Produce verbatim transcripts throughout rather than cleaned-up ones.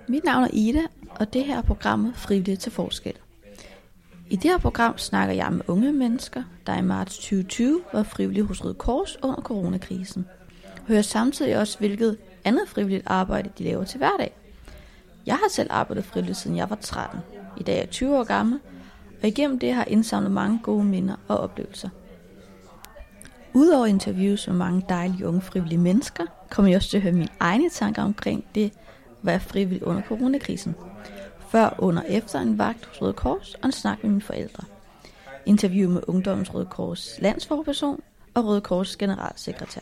Mit navn er Ida, og det her er programmet Frivilligt til Forskel. I det her program snakker jeg med unge mennesker, der i marts tyve tyve var frivillige hos Røde Kors under coronakrisen. Og hører samtidig også, hvilket andet frivilligt arbejde de laver til hverdag. Jeg har selv arbejdet frivilligt, siden jeg var tretten. I dag er jeg tyve år gammel, og igennem det har jeg indsamlet mange gode minder og oplevelser. Udover interviews med mange dejlige unge frivillige mennesker, kommer jeg også til at høre mine egne tanker omkring det at være frivillig under coronakrisen. Før, under og efter en vagt hos Røde Kors og en snak med mine forældre. Interview med Ungdommens Røde Kors landsforperson og Røde Kors generalsekretær.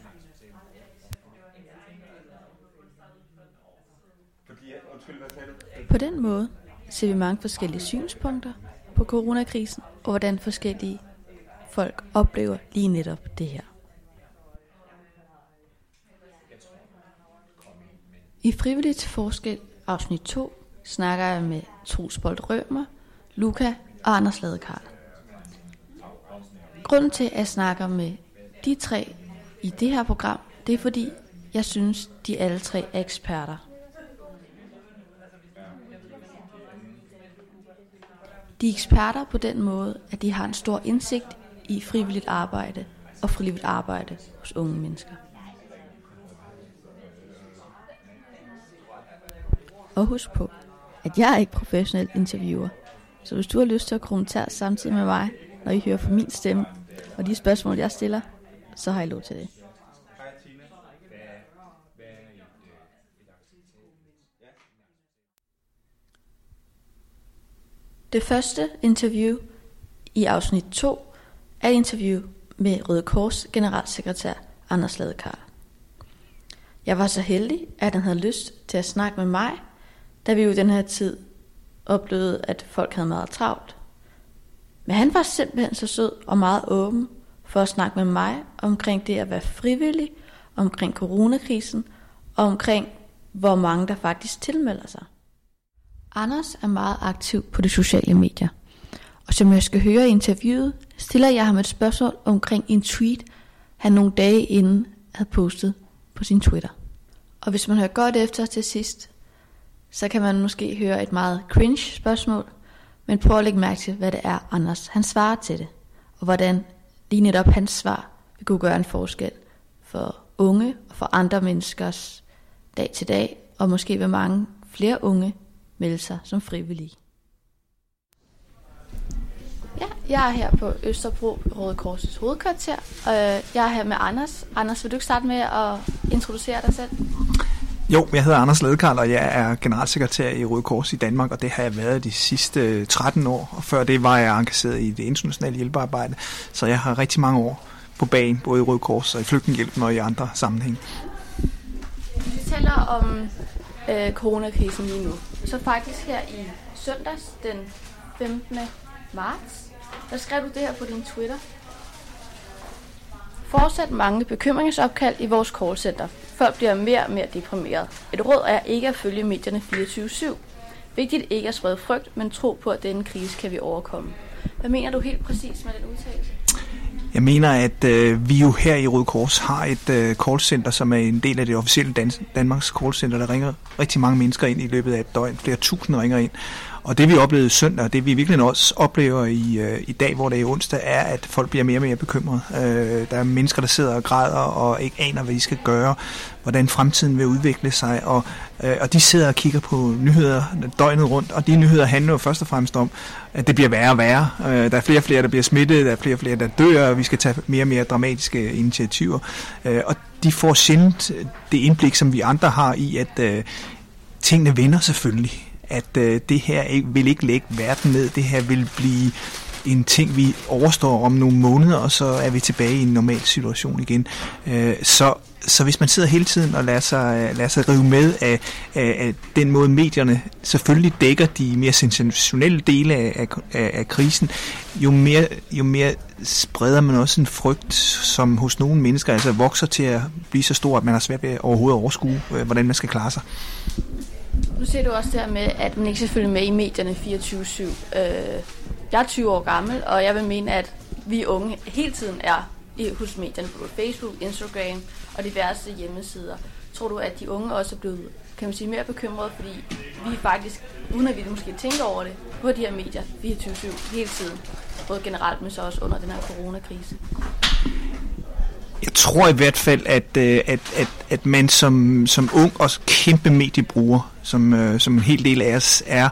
På den måde ser vi mange forskellige synspunkter på coronakrisen og hvordan forskellige folk oplever lige netop det her. I Frivilligt til Forskel afsnit to snakker jeg med Troels Bolt Rømer, Luca og Anders Ladekarl. Grunden til at jeg snakker med de tre i det her program, det er fordi jeg synes de alle tre er eksperter. De er eksperter på den måde, at de har en stor indsigt i frivilligt arbejde og frivilligt arbejde hos unge mennesker. Og husk på, at jeg er ikke professionel interviewer, så hvis du har lyst til at kommentere samtidig med mig, når I hører fra min stemme og de spørgsmål, jeg stiller, så har I lov til det. Det første interview i afsnit to er et interview med Røde Kors generalsekretær Anders Ladekarl. Jeg var så heldig, at han havde lyst til at snakke med mig, da vi jo i den her tid oplevede, at folk havde meget travlt. Men han var simpelthen så sød og meget åben for at snakke med mig omkring det at være frivillig, omkring coronakrisen og omkring, hvor mange der faktisk tilmelder sig. Anders er meget aktiv på de sociale medier, og som jeg skal høre i interviewet, stiller jeg ham et spørgsmål omkring en tweet, han nogle dage inden havde postet på sin Twitter. Og hvis man hører godt efter til sidst, så kan man måske høre et meget cringe spørgsmål, men prøv at lægge mærke til, hvad det er, Anders han svarer til det, og hvordan lige netop hans svar vil kunne gøre en forskel for unge og for andre menneskers dag til dag, og måske vil mange flere unge melde sig som frivillige. Ja, jeg er her på Østerbro, Røde Kors' hovedkvarter, og jeg er her med Anders. Anders, vil du ikke starte med at introducere dig selv? Jo, jeg hedder Anders Ladekarl, og jeg er generalsekretær i Røde Kors i Danmark, og det har jeg været de sidste tretten år, og før det var jeg engageret i det internationale hjælpearbejde, så jeg har rigtig mange år på bagen, både i Røde Kors og i Flygtningehjælpen og i andre sammenhæng. Vi taler om øh, coronakrisen lige nu. Så faktisk her i søndags, den femtende marts, der skrev du det her på din Twitter. Fortsat mange bekymringsopkald i vores callcenter. Folk bliver mere og mere deprimeret. Et råd er ikke at følge medierne fireogtyve syv. Vigtigt ikke at sprede frygt, men tro på, at denne krise kan vi overkomme. Hvad mener du helt præcis med den udtalelse? Jeg mener, at øh, vi jo her i Røde Kors har et øh, callcenter, som er en del af det officielle Dan- Danmarks callcenter, der ringer rigtig mange mennesker ind i løbet af et døgn. Flere tusind ringer ind. Og det vi oplevede søndag, og det vi virkelig også oplever i, øh, i dag, hvor det er onsdag, er, at folk bliver mere og mere bekymrede. Øh, der er mennesker, der sidder og græder og ikke aner, hvad de skal gøre, hvordan fremtiden vil udvikle sig, og, øh, og de sidder og kigger på nyheder døgnet rundt, og de nyheder handler jo først og fremmest om, at det bliver værre og værre. Øh, der er flere og flere, der bliver smittet, der er flere og flere, der dør, og vi skal tage mere og mere dramatiske initiativer. Øh, og de får sjældent det indblik, som vi andre har i, at øh, tingene vender selvfølgelig. At øh, det her ikke, vil ikke lægge verden ned. Det her vil blive en ting, vi overstår om nogle måneder, og så er vi tilbage i en normal situation igen. Øh, så, så hvis man sidder hele tiden og lader sig, lader sig rive med af, af, af den måde, medierne selvfølgelig dækker de mere sensationelle dele af, af, af krisen, jo mere, jo mere spreder man også en frygt, som hos nogle mennesker altså vokser til at blive så stor, at man har svært ved overhovedet at overskue, hvordan man skal klare sig. Nu ser du også det her med, at man ikke skal følge med i medierne fireogtyve syv. Jeg er tyve år gammel, og jeg vil mene, at vi unge hele tiden er hos medierne på Facebook, Instagram og diverse hjemmesider. Tror du, at de unge også er blevet kan man sige, mere bekymrede, fordi vi faktisk, uden at vi måske tænker over det, på de her medier fireogtyve syv hele tiden, både generelt, men så også under den her coronakrise. Jeg tror i hvert fald, at, at, at, at man som, som ung og kæmpe mediebruger, som, som en hel del af os er,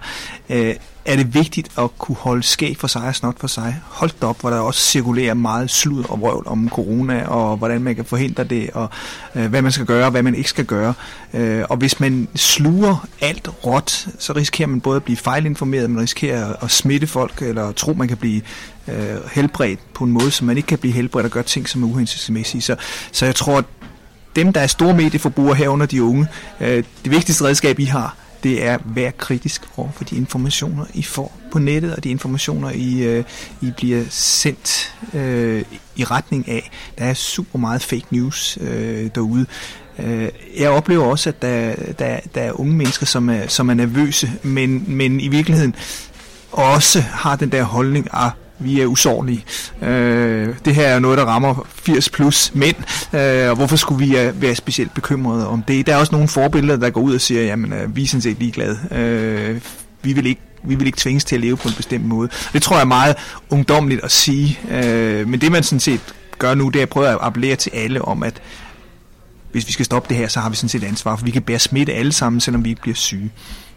er det vigtigt at kunne holde skæg for sig og snot for sig. Hold da op, hvor der også cirkulerer meget slud og vrøvl om corona, og hvordan man kan forhindre det, og øh, hvad man skal gøre, og hvad man ikke skal gøre. Øh, og hvis man sluger alt råt, så risikerer man både at blive fejlinformeret, man risikerer at smitte folk, eller tro, man kan blive øh, helbredt på en måde, som man ikke kan blive helbredt og gøre ting, som er uhensigtsmæssige. Så, så jeg tror, at dem, der er store medieforbrugere herunder de unge, øh, det vigtigste redskab, I har, det er at være kritisk over for de informationer, I får på nettet, og de informationer, I, øh, I bliver sendt øh, i retning af. Der er super meget fake news øh, derude. Øh, jeg oplever også, at der, der, der er unge mennesker, som er, som er nervøse, men, men i virkeligheden også har den der holdning af, vi er usårlige. Øh, det her er noget, der rammer firs plus mænd, øh, og hvorfor skulle vi uh, være specielt bekymrede om det? Der er også nogle forbilleder, der går ud og siger, jamen, uh, vi er sådan set ligeglade. Øh, vi vil ikke vi vil ikke tvinges til at leve på en bestemt måde. Det tror jeg er meget ungdomligt at sige, øh, men det man sådan set gør nu, det er at prøve at appellere til alle om, at hvis vi skal stoppe det her, så har vi sådan set ansvar, for vi kan bære smitte alle sammen, selvom vi ikke bliver syge.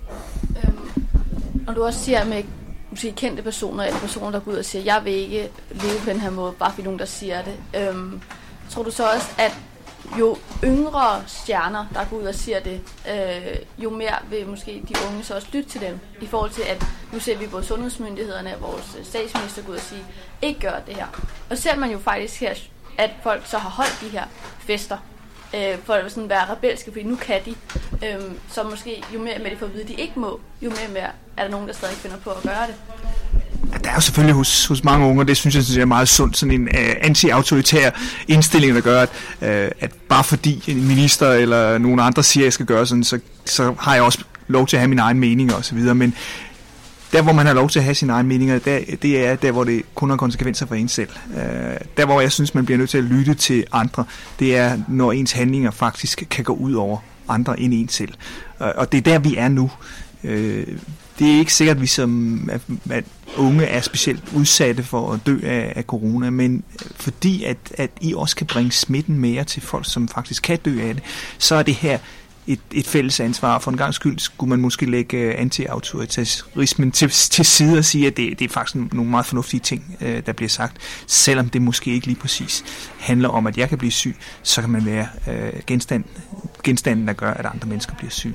Øhm, og du også siger med måske kendte personer, eller personer, der går ud og siger, jeg vil ikke leve på den her måde, bare fordi nogen, der siger det. Øhm, tror du så også, at jo yngre stjerner, der går ud og siger det, øh, jo mere vil måske de unge så også lytte til dem, i forhold til, at nu ser vi både sundhedsmyndighederne og vores statsminister gå ud og sige, ikke gør det her. Og ser man jo faktisk her, at folk så har holdt de her fester, øh, for at sådan være rebelske, fordi nu kan de, øh, så måske jo mere med det får at vide, at de ikke må, jo mere mere er der nogen, der stadig finder på at gøre det. Der er jo selvfølgelig hos, hos mange unge, det synes jeg, synes jeg er meget sundt, sådan en uh, anti-autoritær indstilling, der gør, at, uh, at bare fordi en minister eller nogen andre siger, at jeg skal gøre sådan, så, så har jeg også lov til at have min egen mening og så videre. Men der, hvor man har lov til at have sine egne meninger, der, det er der, hvor det kun har konsekvenser for en selv. Uh, der, hvor jeg synes, man bliver nødt til at lytte til andre, det er, når ens handlinger faktisk kan gå ud over andre end en selv. Uh, og det er der, vi er nu. Uh, Det er ikke sikkert, at vi som at, at unge er specielt udsatte for at dø af, af corona, men fordi at, at I også kan bringe smitten mere til folk, som faktisk kan dø af det, så er det her et, et fælles ansvar. For en gang skyld skulle man måske lægge anti-autoritarismen til, til side og sige, at det, det er faktisk nogle meget fornuftige ting, der bliver sagt. Selvom det måske ikke lige præcis handler om, at jeg kan blive syg, så kan man være øh, genstand, genstanden, der gør, at andre mennesker bliver syge.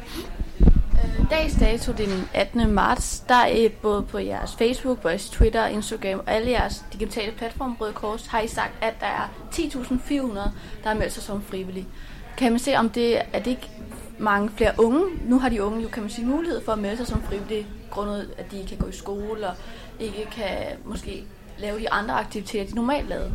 Dags dato den attende marts, der er både på jeres Facebook, på jeres Twitter, Instagram og alle jeres digitale platforme Røde Kors, har I sagt, at der er ti tusind fire hundrede, der har meldt sig som frivillige. Kan man se, om det er det ikke mange flere unge? Nu har de unge jo, kan man sige, mulighed for at melde sig som frivillige, grundet at de kan gå i skole og ikke kan måske lave de andre aktiviteter, de normalt lavede.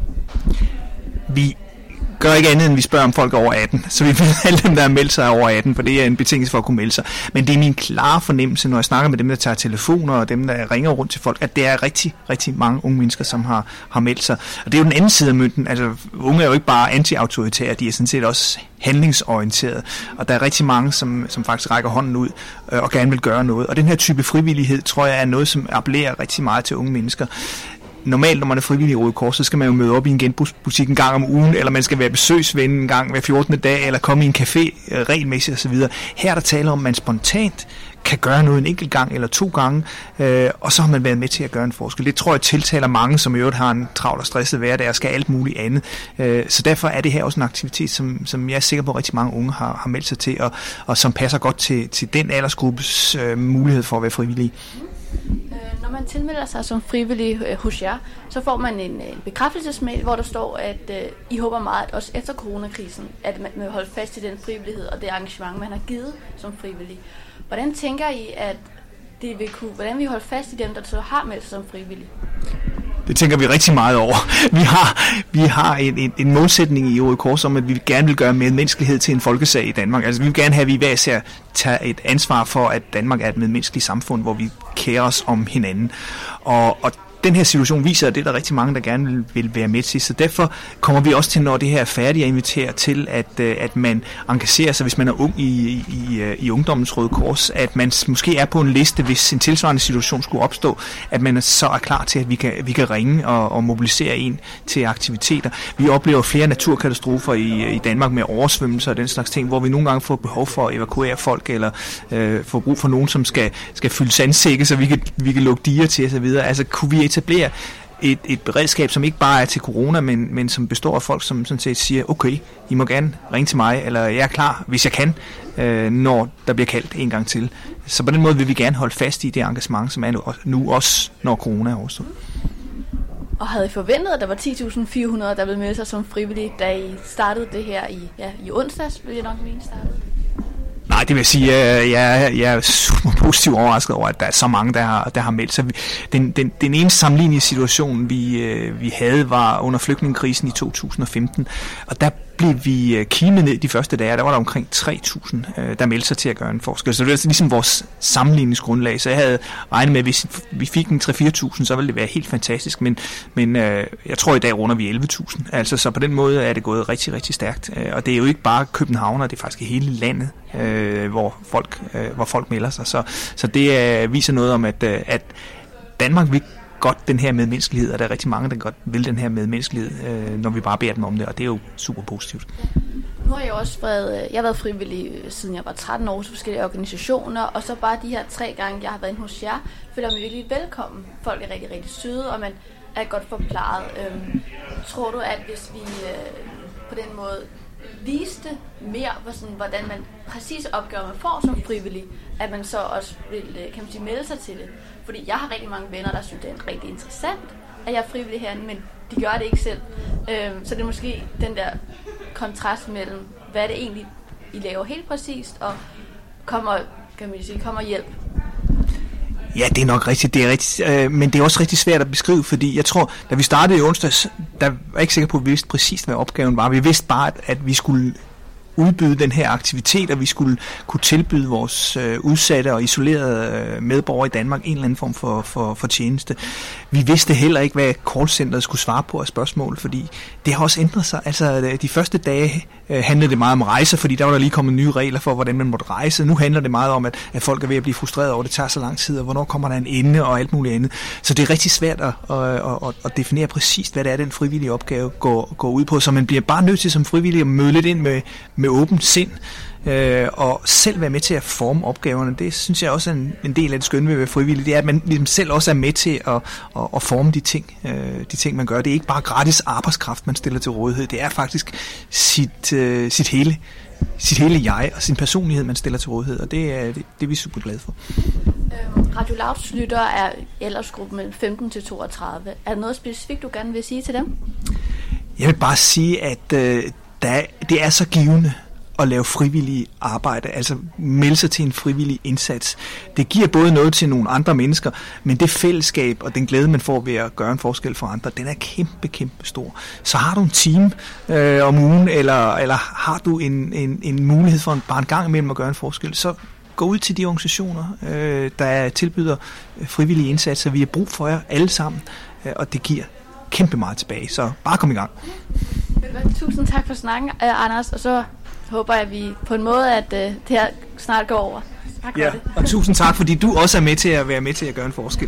Vi gør ikke andet, end vi spørger om folk over atten. Så vi ved alle dem, der har meldt sig over atten, for det er en betingelse for at kunne melde sig. Men det er min klare fornemmelse, når jeg snakker med dem, der tager telefoner, og dem, der ringer rundt til folk, at det er rigtig, rigtig mange unge mennesker, som har, har meldt sig. Og det er jo den anden side af mønten. Altså, unge er jo ikke bare anti-autoritære, de er sådan set også handlingsorienterede. Og der er rigtig mange, som, som faktisk rækker hånden ud øh, og gerne vil gøre noget. Og den her type frivillighed, tror jeg, er noget, som appellerer rigtig meget til unge mennesker. Normalt, når man er frivillig i Røde Kors, så skal man jo møde op i en genbrugsbutik en gang om ugen, eller man skal være besøgsven en gang hver fjortende dag, eller komme i en café øh, regelmæssigt osv. Her er der tale om, at man spontant kan gøre noget en enkelt gang eller to gange, øh, og så har man været med til at gøre en forskel. Det tror jeg tiltaler mange, som i øvrigt har en travl og stresset hverdag og skal alt muligt andet. Øh, så derfor er det her også en aktivitet, som, som jeg er sikker på, at rigtig mange unge har, har meldt sig til, og, og som passer godt til, til den aldersgruppes øh, mulighed for at være frivillige. Når man tilmelder sig som frivillig hos jer, så får man en, en bekræftelsesmail, hvor der står, at øh, I håber meget, at også efter coronakrisen, at man vil holde fast i den frivillighed og det arrangement, man har givet som frivillig. Hvordan tænker I, at det vil kunne, hvordan vi holder fast i dem, der så har meldt sig som frivillige? Det tænker vi rigtig meget over. Vi har, vi har en, en, en målsætning i Røde Kors om, at vi gerne vil gøre medmenneskelighed til en folkesag i Danmark. Altså vi vil gerne have, at vi hver især tager et ansvar for, at Danmark er et medmenneskeligt samfund, hvor vi kærer os om hinanden. Og, og den her situation viser, at det er der rigtig mange, der gerne vil, vil være med til. Så derfor kommer vi også til, når det her er færdigt, at invitere til, at, at man engagerer sig, hvis man er ung i, i, i Ungdommens Røde Kors, at man måske er på en liste, hvis en tilsvarende situation skulle opstå, at man så er klar til, at vi kan, vi kan ringe og, og mobilisere en til aktiviteter. Vi oplever flere naturkatastrofer i, i Danmark med oversvømmelser og den slags ting, hvor vi nogle gange får behov for at evakuere folk, eller øh, får brug for nogen, som skal, skal fylde sandsække, så vi kan, vi kan lukke diger til osv. Altså kunne vi etablere et, et beredskab, som ikke bare er til corona, men, men som består af folk, som sådan set siger, okay, I må gerne ringe til mig, eller jeg er klar, hvis jeg kan, øh, når der bliver kaldt en gang til. Så på den måde vil vi gerne holde fast i det engagement, som er nu, nu også, når corona er overstået. Og havde I forventet, at der var ti tusind fire hundrede, der ville melde sig som frivillige, da I startede det her i, ja, i onsdags, vil jeg nok mene startede? Nej, det vil jeg sige, jeg, jeg, jeg er super positivt overrasket over, at der er så mange, der har, der har meldt sig. Den, den, den eneste sammenlignelige situation, vi, vi havde, var under flygtningekrisen i to tusind og femten, og der blev vi kimet ned de første dage, der var der omkring tre tusind, der meldte sig til at gøre en forskel. Så det var altså ligesom vores sammenligningsgrundlag, så jeg havde regnet med, at hvis vi fik en tre til fire tusind, så ville det være helt fantastisk, men, men jeg tror i dag runder vi elleve tusind, altså så på den måde er det gået rigtig, rigtig stærkt, og det er jo ikke bare københavner, det er faktisk hele landet, øh, hvor, folk, øh, hvor folk melder sig, så, så det øh, viser noget om, at, øh, at Danmark vil godt den her medmenneskelighed, og der er rigtig mange, der godt vil den her medmenneskelighed, øh, når vi bare beder dem om det, og det er jo super positivt. Nu har jeg også været, jeg har været frivillig, siden jeg var tretten år, hos forskellige organisationer, og så bare de her tre gange, jeg har været inde hos jer, føler jeg mig virkelig velkommen. Folk er rigtig, rigtig søde, og man er godt forklaret. Øhm, tror du, at hvis vi øh, på den måde viste mere, hvordan man præcis opgør, man får som frivillig, at man så også vil, kan man sige, melde sig til det. Fordi jeg har rigtig mange venner, der synes, det er rigtig interessant, at jeg er frivillig herinde, men de gør det ikke selv. Øhm, så det er måske den der kontrast mellem, hvad det egentlig, I laver helt præcist, og kommer, kan man sige, kommer hjælp. Ja, det er nok rigtigt, det er rigtigt, øh, men det er også rigtig svært at beskrive, fordi jeg tror, da vi startede i onsdags, der var jeg ikke sikker på, at vi vidste præcis, hvad opgaven var. Vi vidste bare, at, at vi skulle udbyde den her aktivitet, og vi skulle kunne tilbyde vores øh, udsatte og isolerede øh, medborgere i Danmark en eller anden form for, for, for tjeneste. Vi vidste heller ikke, hvad callcenteret skulle svare på af spørgsmål, fordi det har også ændret sig. Altså, de første dage øh, handlede det meget om rejser, fordi der var der lige kommet nye regler for, hvordan man måtte rejse. Nu handler det meget om, at, at folk er ved at blive frustreret over, at det tager så lang tid, og hvornår kommer der en ende og alt muligt andet. Så det er rigtig svært at, at, at, at definere præcist, hvad det er, den frivillige opgave går, går ud på. Så man bliver bare nødt til som frivillig at møde lidt ind med med åbent sind, øh, og selv være med til at forme opgaverne. Det synes jeg også er en, en del af det skønne ved at være frivillig. Det er, at man ligesom selv også er med til at, at, at forme de ting, øh, de ting, man gør. Det er ikke bare gratis arbejdskraft, man stiller til rådighed. Det er faktisk sit, øh, sit, hele, sit hele jeg og sin personlighed, man stiller til rådighed, og det er, det, det er vi super glade for. Øhm, Radio Louds lytter er aldersgruppen mellem femten til toogtredive. Er der noget specifikt, du gerne vil sige til dem? Jeg vil bare sige, at øh, der, det er så givende at lave frivillige arbejde, altså melde sig til en frivillig indsats. Det giver både noget til nogle andre mennesker, men det fællesskab og den glæde, man får ved at gøre en forskel for andre, den er kæmpe, kæmpe stor. Så har du en time øh, om ugen, eller, eller har du en, en, en mulighed for en, bare en gang imellem at gøre en forskel, så gå ud til de organisationer, øh, der tilbyder frivillige indsatser. Vi har brug for jer alle sammen, øh, og det giver kæmpe meget tilbage. Så bare kom i gang. Tusind tak for snakken, Anders, og så håber jeg, at vi på en måde, at uh, det her snart går over. Tak ja, for det. Og tusind tak, fordi du også er med til at være med til at gøre en forskel.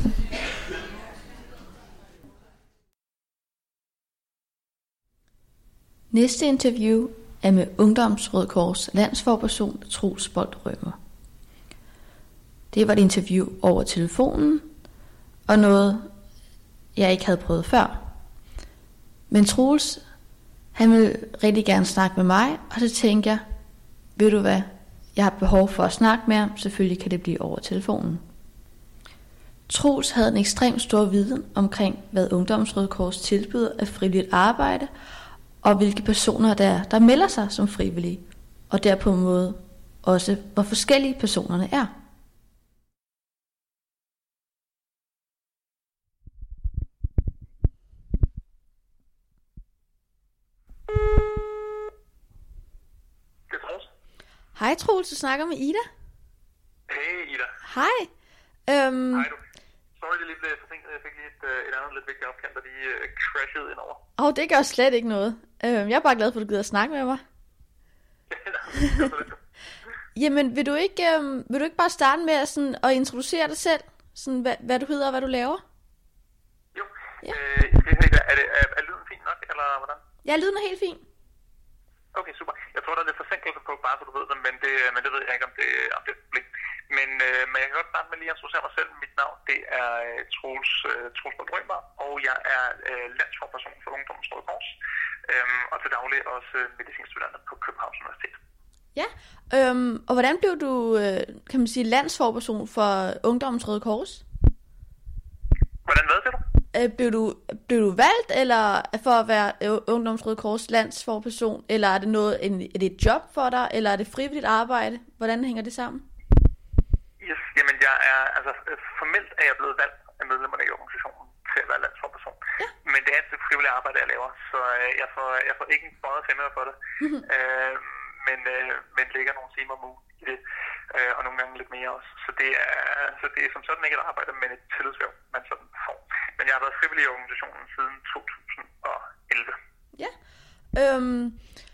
Næste interview er med Ungdommens Røde Kors landsforperson Troels Bolt Rømer. Det var et interview over telefonen, og noget, jeg ikke havde prøvet før. Men Troels, han ville rigtig gerne snakke med mig, og så tænkte jeg, ved du hvad, jeg har behov for at snakke med ham, selvfølgelig kan det blive over telefonen. Troels havde en ekstremt stor viden omkring, hvad Ungdommens Røde Kors tilbyder af frivilligt arbejde, og hvilke personer der er, der melder sig som frivillige, og der på en måde også, hvor forskellige personerne er. Hej Troels, du snakker med Ida. Hej Ida. Hej. Øhm, Hej du. sorry, det er lidt forsinket. Jeg fik lige et, et andet lidt vigtigt opkald, der lige uh, crashede indover. Åh, oh, det gør slet ikke noget. Uh, jeg er bare glad for, at du gider at snakke med mig. Jamen, vil du ikke, um, vil du ikke bare starte med sådan, at introducere dig selv? Sådan, hvad, hvad du hedder og hvad du laver? Jo. Ja. Øh, jeg skal høre, er, det, er, er lyden fin nok, eller hvordan? Ja, lyden er helt fin. Okay, super. Jeg tror, der er lidt forsinkelse på, bare så du ved det, men det, men det ved jeg ikke, om det, om det er et problem. Men, øh, men jeg kan godt starte med lige at introducere mig selv. Mit navn, det er Troels, øh, Troels Drømmer, og jeg er øh, landsforperson for Ungdommens Røde Kors, øh, og til daglig også øh, medicinstuderende på Københavns Universitet. Ja, øhm, og hvordan blev du, øh, kan man sige, landsforperson for Ungdommens Røde Kors? Hvordan hvad det du? Øh, blev du blev du valgt eller for at være Ungdommens Røde Kors landsforperson, eller er det noget en, er det et job for dig, eller er det frivilligt arbejde? Hvordan hænger det sammen? Yes, jamen jeg er altså formelt er jeg blevet valgt af medlemmerne i organisationen til at være landsforperson. Ja. Men det er et frivilligt arbejde jeg laver, så jeg får jeg får ikke en bøjet femmer for det. Mm-hmm. Øh, men øh, men lægger nogle timer om ugen i det, øh, og nogle gange lidt mere også. Så det er så det er som sådan ikke et arbejde, men et tillidshverv, man sådan får. Men jeg har været frivillig i organisationen siden to tusind og elleve. Ja. Øhm,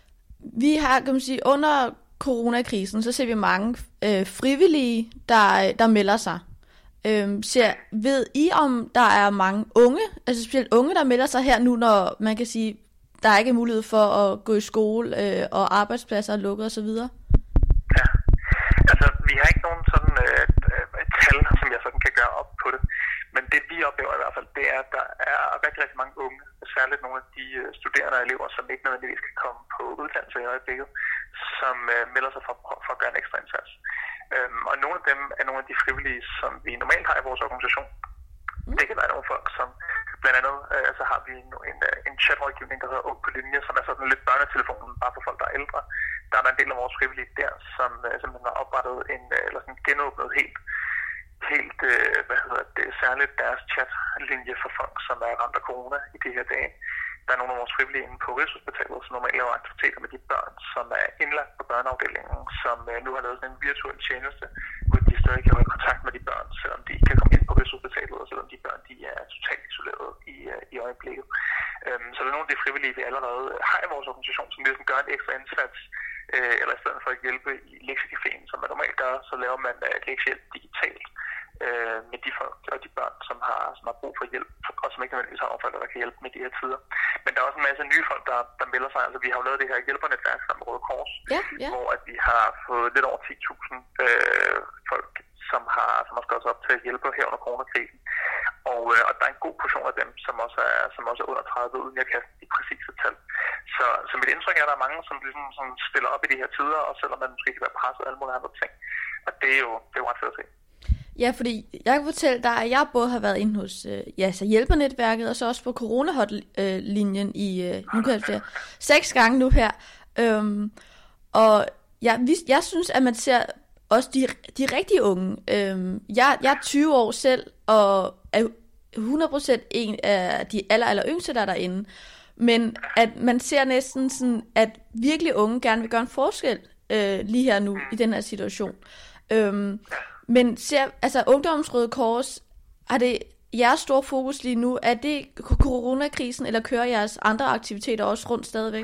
vi har, kan man sige, under coronakrisen, så ser vi mange øh, frivillige, der, der melder sig. Øhm, ser, ved I, om der er mange unge, altså specielt unge, der melder sig her nu, når man kan sige, der er ikke mulighed for at gå i skole, øh, og arbejdspladser er lukket osv.? Ja, altså vi har ikke nogen sådan øh, tal, som jeg sådan kan gøre op på det. Men det vi oplever i hvert fald, det er, at der er rigtig, rigtig mange unge, særligt nogle af de studerende og elever, som ikke nødvendigvis kan komme på uddannelse i øjeblikket, som øh, melder sig for, for at gøre en ekstra indsats. Øhm, og nogle af dem er nogle af de frivillige, som vi normalt har i vores organisation. Mm. Det kan være nogle folk, som blandt andet, øh, så har vi en, en, en chatrådgivning, der hedder Ung på linje, som er sådan lidt børnetelefonen, bare for folk, der er ældre. Der er der en del af vores frivillige der, som, øh, som har oprettet en, eller sådan genåbnet helt helt, øh, hvad hedder det, særligt deres chatlinje for folk, som er ramt af corona i de her dage. Der er nogle af vores frivillige inde på Rigshospitalet, som normalt laver aktiviteter med de børn, som er indlagt på børneafdelingen, som øh, nu har lavet sådan en virtuel tjeneste, hvor de stadig kan være i kontakt med de børn, selvom de ikke kan komme ind på Rigshospitalet, og selvom de børn de er totalt isoleret i, øh, i øjeblikket. Øhm, så der er nogle af de frivillige, vi allerede har i vores organisation, som ligesom gør en ekstra indsats, øh, eller i stedet for at hjælpe i lektiecaféen, som man normalt gør, så laver man uh, lektiehjælp digitalt øh, med de folk og de børn, som har, som har brug for hjælp, og som ikke nødvendigvis har forældre, der kan hjælpe med de her tider. Men der er også en masse nye folk, der, der melder sig. Altså vi har jo lavet det her hjælpernetværk sammen med Røde Kors, ja, ja. hvor at vi har fået lidt over ti tusind øh, folk, som har, som har skrevet sig op til at hjælpe her under coronakrisen. Og, øh, og der er en god portion af dem, som også er, som også er under tredive, uden jeg kan i præcise tal. Så, så mit indtryk er, at der er mange, som ligesom som stiller op i de her tider, og selvom man måske kan være presset og alle mulige andre ting. Og det er jo, det er jo ret fedt at se. Ja, fordi jeg kan fortælle dig, at jeg både har været inde hos øh, ja, så hjælpernetværket, og så også på corona-hotlinjen i øh, nu kan jeg flere, seks gange nu her. Øhm, og jeg, jeg synes, at man ser også de, de rigtige unge. Øhm, jeg, jeg er tyve år selv, og er hundrede procent en af de aller, aller yngste, der er derinde. Men at man ser næsten sådan, at virkelig unge gerne vil gøre en forskel øh, lige her nu, i den her situation. Øhm, men ser, altså Ungdommens Røde Kors, har det jeres store fokus lige nu? Er det coronakrisen, eller kører jeres andre aktiviteter også rundt stadigvæk?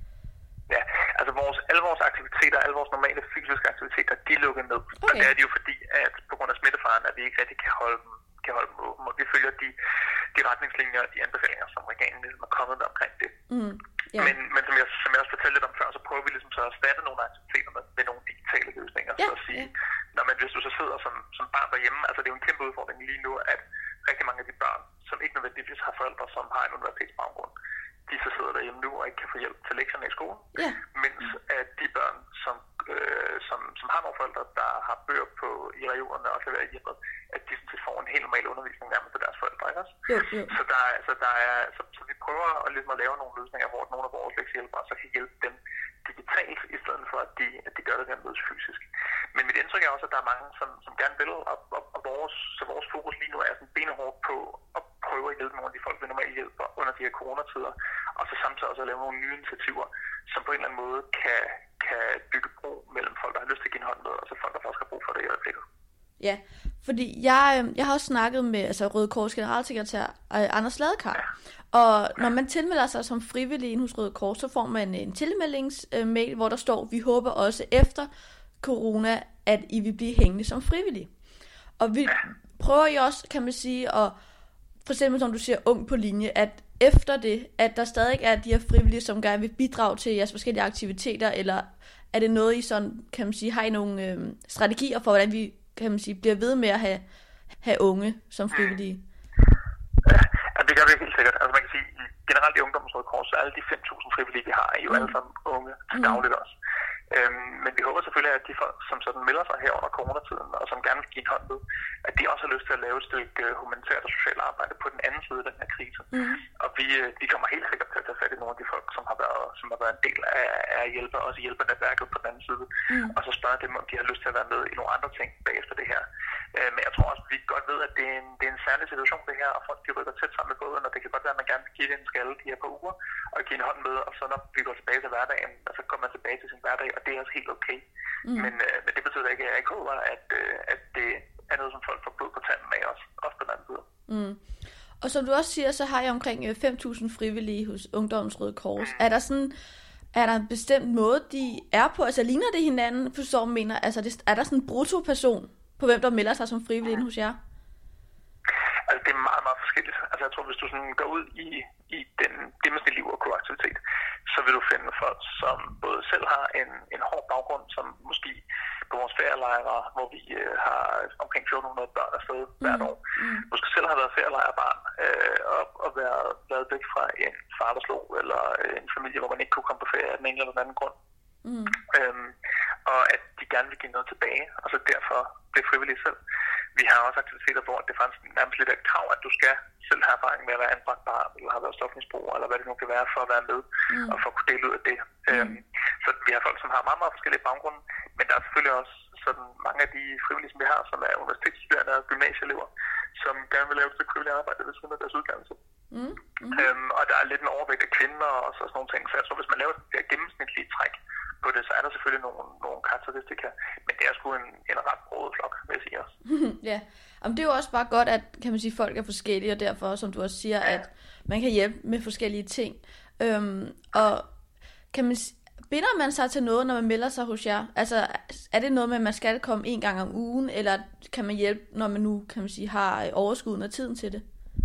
Ja, altså vores, alle vores aktiviteter, alle vores normale fysiske aktiviteter, de er lukket ned. Okay. Og det er de jo fordi, at på grund af smittefaren, at vi ikke rigtig kan holde dem, kan holde dem åben. Og vi følger de, de retningslinjer og de anbefalinger, som regeringen ligesom er kommet med omkring det. Mm, yeah. Men, men som, jeg, som jeg også fortalte lidt om før, så prøver vi ligesom så at erstatte nogle aktiviteter med, med nogle digitale løsninger. Yeah, så at sige, yeah. Når man, hvis du så sidder som, som barn derhjemme, altså det er jo en kæmpe udfordring lige nu, at rigtig mange af de børn, som ikke nødvendigvis har forældre, som har en universitetsbaggrund, de så sidder derhjemme nu og ikke kan få hjælp til lektierne i skolen. Yeah. Mens at de børn, som, øh, som, som har nogle forældre, der har bøger på i regionerne og kan være i hjemmet, at de sådan får en helt normal undervisning nærmest af deres forældre, ikke også? Yeah, yeah. Så, der, altså, der er, så, så vi prøver at, ligesom at lave nogle løsninger, hvor nogle af vores lektiehjælpere så kan hjælpe dem digitalt, i stedet for at de, at de gør det der mødes fysisk. Men mit indtryk er også, at der er mange, som, som gerne vil, og, og, og vores, så vores fokus lige nu er sådan benhårdt på at prøve at hjælpe nogle af de folk, vi normalt hjælper under de her coronatider, og så samtidig også at lave nogle nye initiativer, som på en eller anden måde kan, kan bygge bro mellem folk, der har lyst til at give en hånd med, og så folk, der faktisk har brug for det i øjeblikket. Ja, Fordi jeg, jeg har også snakket med altså Røde Kors generalsekretær øh, Anders Ladekar, og når man tilmelder sig som frivillig hos Røde Kors, så får man en tilmeldingsmail, hvor der står, vi håber også efter corona, at I vil blive hængende som frivillige. Og vi prøver jo også, kan man sige, at for eksempel som du siger, ung på linje, at efter det, at der stadig er de her frivillige, som gerne vil bidrage til jeres forskellige aktiviteter, eller er det noget, I sådan, kan man sige, har I nogle øh, strategier for, hvordan vi, kan man sige, bliver ved med at have, have unge som frivillige? Ja, det gør vi helt sikkert. Altså man kan sige, generelt i Ungdommens Røde Kors, så alle de fem tusind frivillige, vi har, er jo mm. alle sammen unge til dagligt også. Øhm, men vi håber selvfølgelig, at de folk, som sådan melder sig her under coronatiden, og som gerne vil give en hånd med, at de også har lyst til at lave et stykke humanitært og socialt arbejde på den anden side af den her krise. Mm. Og vi, vi kommer helt sikkert til at tage fat i nogle af de folk, som har været, som har været en del af, af hjælpe, også hjælpernetværket på den anden side, mm. og så spørge dem, om de har lyst til at være med i nogle andre ting bagefter det her. Øh, men jeg tror også, at vi godt ved, at det er, en, det er en særlig situation det her, og folk de rykker tæt sammen med båden, og det kan godt være, at man gerne vil give det en skalle de her par uger, og give en hånd med, og så når vi går tilbage til hverdagen, og så kommer man tilbage til sin hverdag, og det er også helt okay. Mm. Men, øh, men det betyder ikke, at jeg ikke håber, at, øh, at det er noget, som folk får blod på tanden af os, også på den anden side. Mm. Og som du også siger, så har jeg omkring fem tusind frivillige hos Ungdommens Røde Kors. Mm. Er der sådan, er der en bestemt måde, de er på? Altså ligner det hinanden, forstår man mener? Altså er der sådan en bruttoperson på hvem der melder sig som frivillig mm. hos jer? Altså det er meget, meget forskelligt. Altså jeg tror, hvis du sådan går ud i, i den gennemsnitlige U og K-aktivitet, så vil du finde folk, som både selv har en, en hård baggrund, som måske på vores ferielejre, hvor vi øh, har omkring fjorten hundrede børn afsted mm. hvert år. Mm. Måske selv har været ferielejrebarn øh, og, og været lavet væk fra en far, der slog, eller en familie, hvor man ikke kunne komme på ferie af den ene eller den anden grund. Mm. Øhm, og at de gerne vil give noget tilbage, og så derfor blive frivillige selv. Vi har også aktiviteter, hvor det faktisk nærmest lidt af et krav, at du skal selv have erfaring med at være anbragt barn, eller har været stofmisbruger, eller hvad det nu kan være, for at være med, mm. og for at kunne dele ud af det. Mm. Øhm, så vi har folk, som har meget, meget forskellige baggrunde, men der er selvfølgelig også sådan mange af de frivillige, som vi har, som er universitetsstuderende og gymnasieelever, som gerne vil lave et stykke frivilligt arbejde ved siden af deres uddannelse. Mm. Mm. Øhm, og der er lidt en overvægt af kvinder og så sådan nogle ting, så jeg tror, hvis man laver det her gennemsnitlige træk på det, så er der selvfølgelig nogle, nogle karakteristika, men det er sgu en, en ret brodet flok, vil jeg sige også. Ja, og det er jo også bare godt, at kan man sige, folk er forskellige, og derfor, som du også siger, ja. At man kan hjælpe med forskellige ting. Øhm, og kan man binder man sig til noget, når man melder sig hos jer? Altså, er det noget med, at man skal komme en gang om ugen, eller kan man hjælpe, når man nu, kan man sige, har overskuden og tiden til det?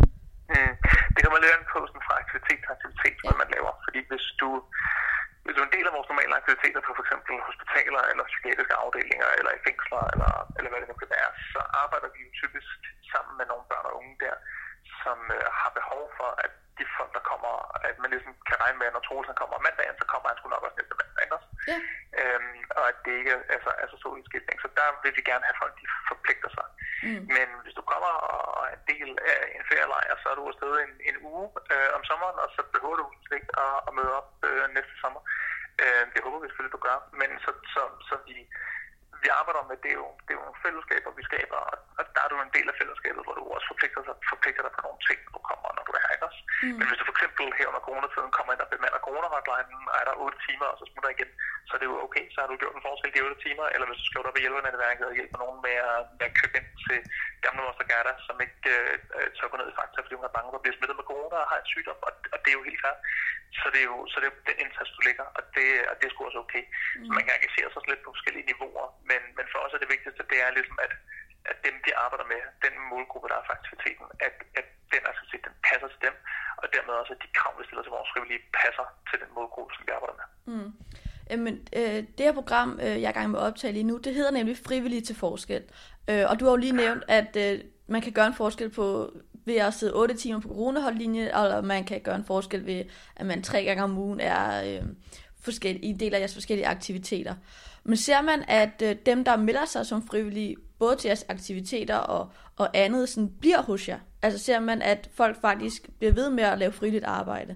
Mm, det kommer lidt an på sådan fra aktivitet til aktivitet, ja. Hvad man laver. Fordi hvis du, hvis du er en del af vores normale aktiviteter på for eksempel hospitaler, eller psykiatriske afdelinger, eller i fængsler, eller, eller hvad det nu kan være, så arbejder vi jo typisk sammen med nogle børn og unge der, som øh, har behov for, at de folk, der kommer, at man ligesom kan regne med, at når Troelsen kommer mandagen, så kommer han sgu nok også næste mandag også. Ja. Øhm, og at det ikke altså, er så stor udskiftning. Så der vil vi gerne have folk, de forpligter sig. Mm. Men hvis du kommer og er en del af en ferielejr, så er du afsted en, en uge øh, om sommeren, og så behøver du ikke at, at møde op øh, næste sommer. Øh, det håber vi selvfølgelig, du gør. Men så, så, så vi, vi arbejder med, det er jo, det er jo nogle fællesskaber, vi skaber, og, og der er du en del af fællesskabet, hvor du også forpligter dig, forpligter dig på nogle ting, når du kommer, når du er her, ikke også? Mm. Men hvis du for eksempel her under coronatiden kommer ind og bemander corona-hotlinen, og er der otte timer, og så smutter igen, så er det jo okay, så har du gjort en forskel de otte timer, eller hvis du skriver dig op i hjælpernetværket og hjælper nogen med at, med at købe ind til gamle Moster Gerda, som ikke øh, tør gå ned i Fakta, fordi hun er bange for at blive smittet med corona og har en sygdom, og, og det er jo helt fair. Så det er jo, så det er jo den indsats, du lægger, og det, og det er sgu også okay. Mm. Så man kan engagere sig lidt på forskellige niveauer, men, men for os er det vigtigste, det er ligesom, at, at dem, de arbejder med, den målgruppe, der er for aktiviteten, at, at den aktivitet, den passer til dem, og dermed også, at de krav, vi stiller til vores frivillige, passer til den målgruppe, som vi arbejder med. Mm. Jamen, øh, det her program, øh, jeg er i gang med at optage lige nu, det hedder nemlig Frivillige til Forskel. Øh, og du har jo lige nævnt, at øh, man kan gøre en forskel på ved at sidde otte timer på coronaholdlinje, eller man kan gøre en forskel ved, at man tre gange om ugen er øh, forskellige, i en del af jeres forskellige aktiviteter. Men ser man, at øh, dem, der melder sig som frivillige, både til jeres aktiviteter og, og andet, sådan, bliver hos jer? Altså ser man, at folk faktisk bliver ved med at lave frivilligt arbejde?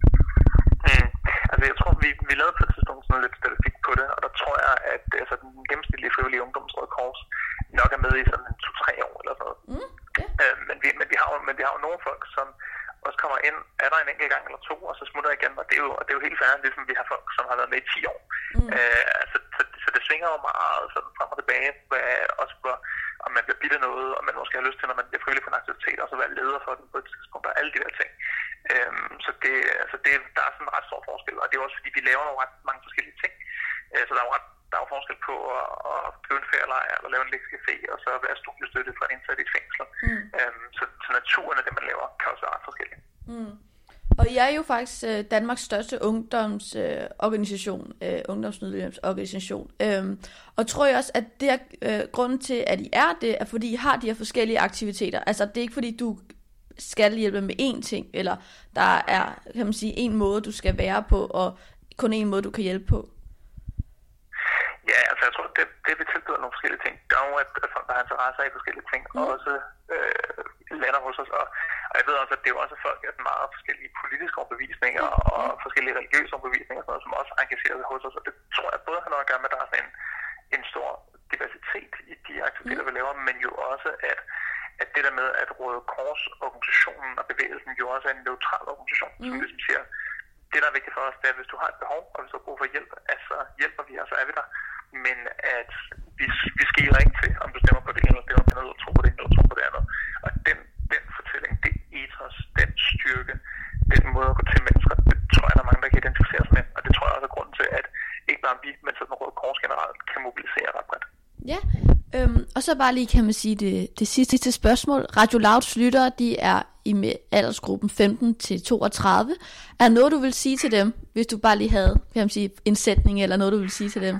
Mm. Altså jeg tror, vi, vi lavede på et tidspunkt sådan lidt statistik på det, og der tror jeg, at altså, den gennemsnitlige frivillige Ungdommens Røde Kors nok er med i sådan to-tre år eller sådan noget. Mm. Yeah. Øh, men, vi, men, vi har jo, men vi har jo nogle folk, som også kommer ind, er der en enkelt gang eller to, og så smutter igen, og det er jo, og det er jo helt fair, ligesom vi har folk, som har været med i ti år. Mm. Øh, altså, så, så det svinger jo meget sådan frem og tilbage, hvad, også hvor, om man bliver bidt det noget, og man måske har lyst til, når man bliver frivillig på en aktivitet, og så være leder for den på et tidspunkt, og alle de der ting. Øhm, så det, altså det, der er sådan en ret stor forskel, og det er også fordi, vi laver nogle ret mange forskellige ting. Øh, så der er jo ret, der er jo forskel på at, at drive en ferielejr, eller lave en lektiecafé, og så være studiestøtte for en indsat i et fængsel. Mm. Øhm, så, så naturen af det, man laver, kan også være ret forskellig. Mm. Og I er jo faktisk øh, Danmarks største ungdomsorganisation, øh, øh, ungdomsmedlemsorganisation. Øhm, og tror jeg også, at det er øh, grunden til, at I er det, er fordi I har de her forskellige aktiviteter. Altså det er ikke fordi, du skal hjælpe med én ting, eller der er, kan man sige, en måde, du skal være på, og kun en måde, du kan hjælpe på. Ja, altså jeg tror, det, det vi tilbyder nogle forskellige ting, gør jo, at, at folk, der har interesser i forskellige ting, mm. også øh, lander hos os. Og, og jeg ved også, at det er jo også folk af meget forskellige politiske overbevisninger mm. og forskellige religiøse overbevisninger, sådan noget, som også engagerer sig hos os. Og det tror jeg både har noget at gøre med, at der er sådan en, en stor diversitet i de aktiviteter, mm. vi laver, men jo også, at, at det der med, at Røde Kors, organisationen og bevægelsen jo også er en neutral organisation, mm. som ligesom siger, det der er vigtigt for os, det er, at hvis du har et behov, og hvis du har brug for hjælp, altså hjælper vi, og så er vi der. Men at vi, vi skiler ikke til, om du stemmer på det ene eller det andet, eller tro på det ene eller tro på det andet. Og den, den fortælling, det ethos, den styrke, den måde at gå til mennesker, det tror jeg, der er mange, der kan identificere sig med. Og det tror jeg også er grunden til, at ikke bare vi, men sådan Røde Kors generelt, kan mobilisere ret bredt. Ja, øhm, og så bare lige kan man sige det, det sidste spørgsmål. Radio Louds lyttere, de er i med aldersgruppen femten til toogtredive. Er noget, du vil sige til dem, hvis du bare lige havde, kan man sige, en sætning, eller noget, du vil sige til dem?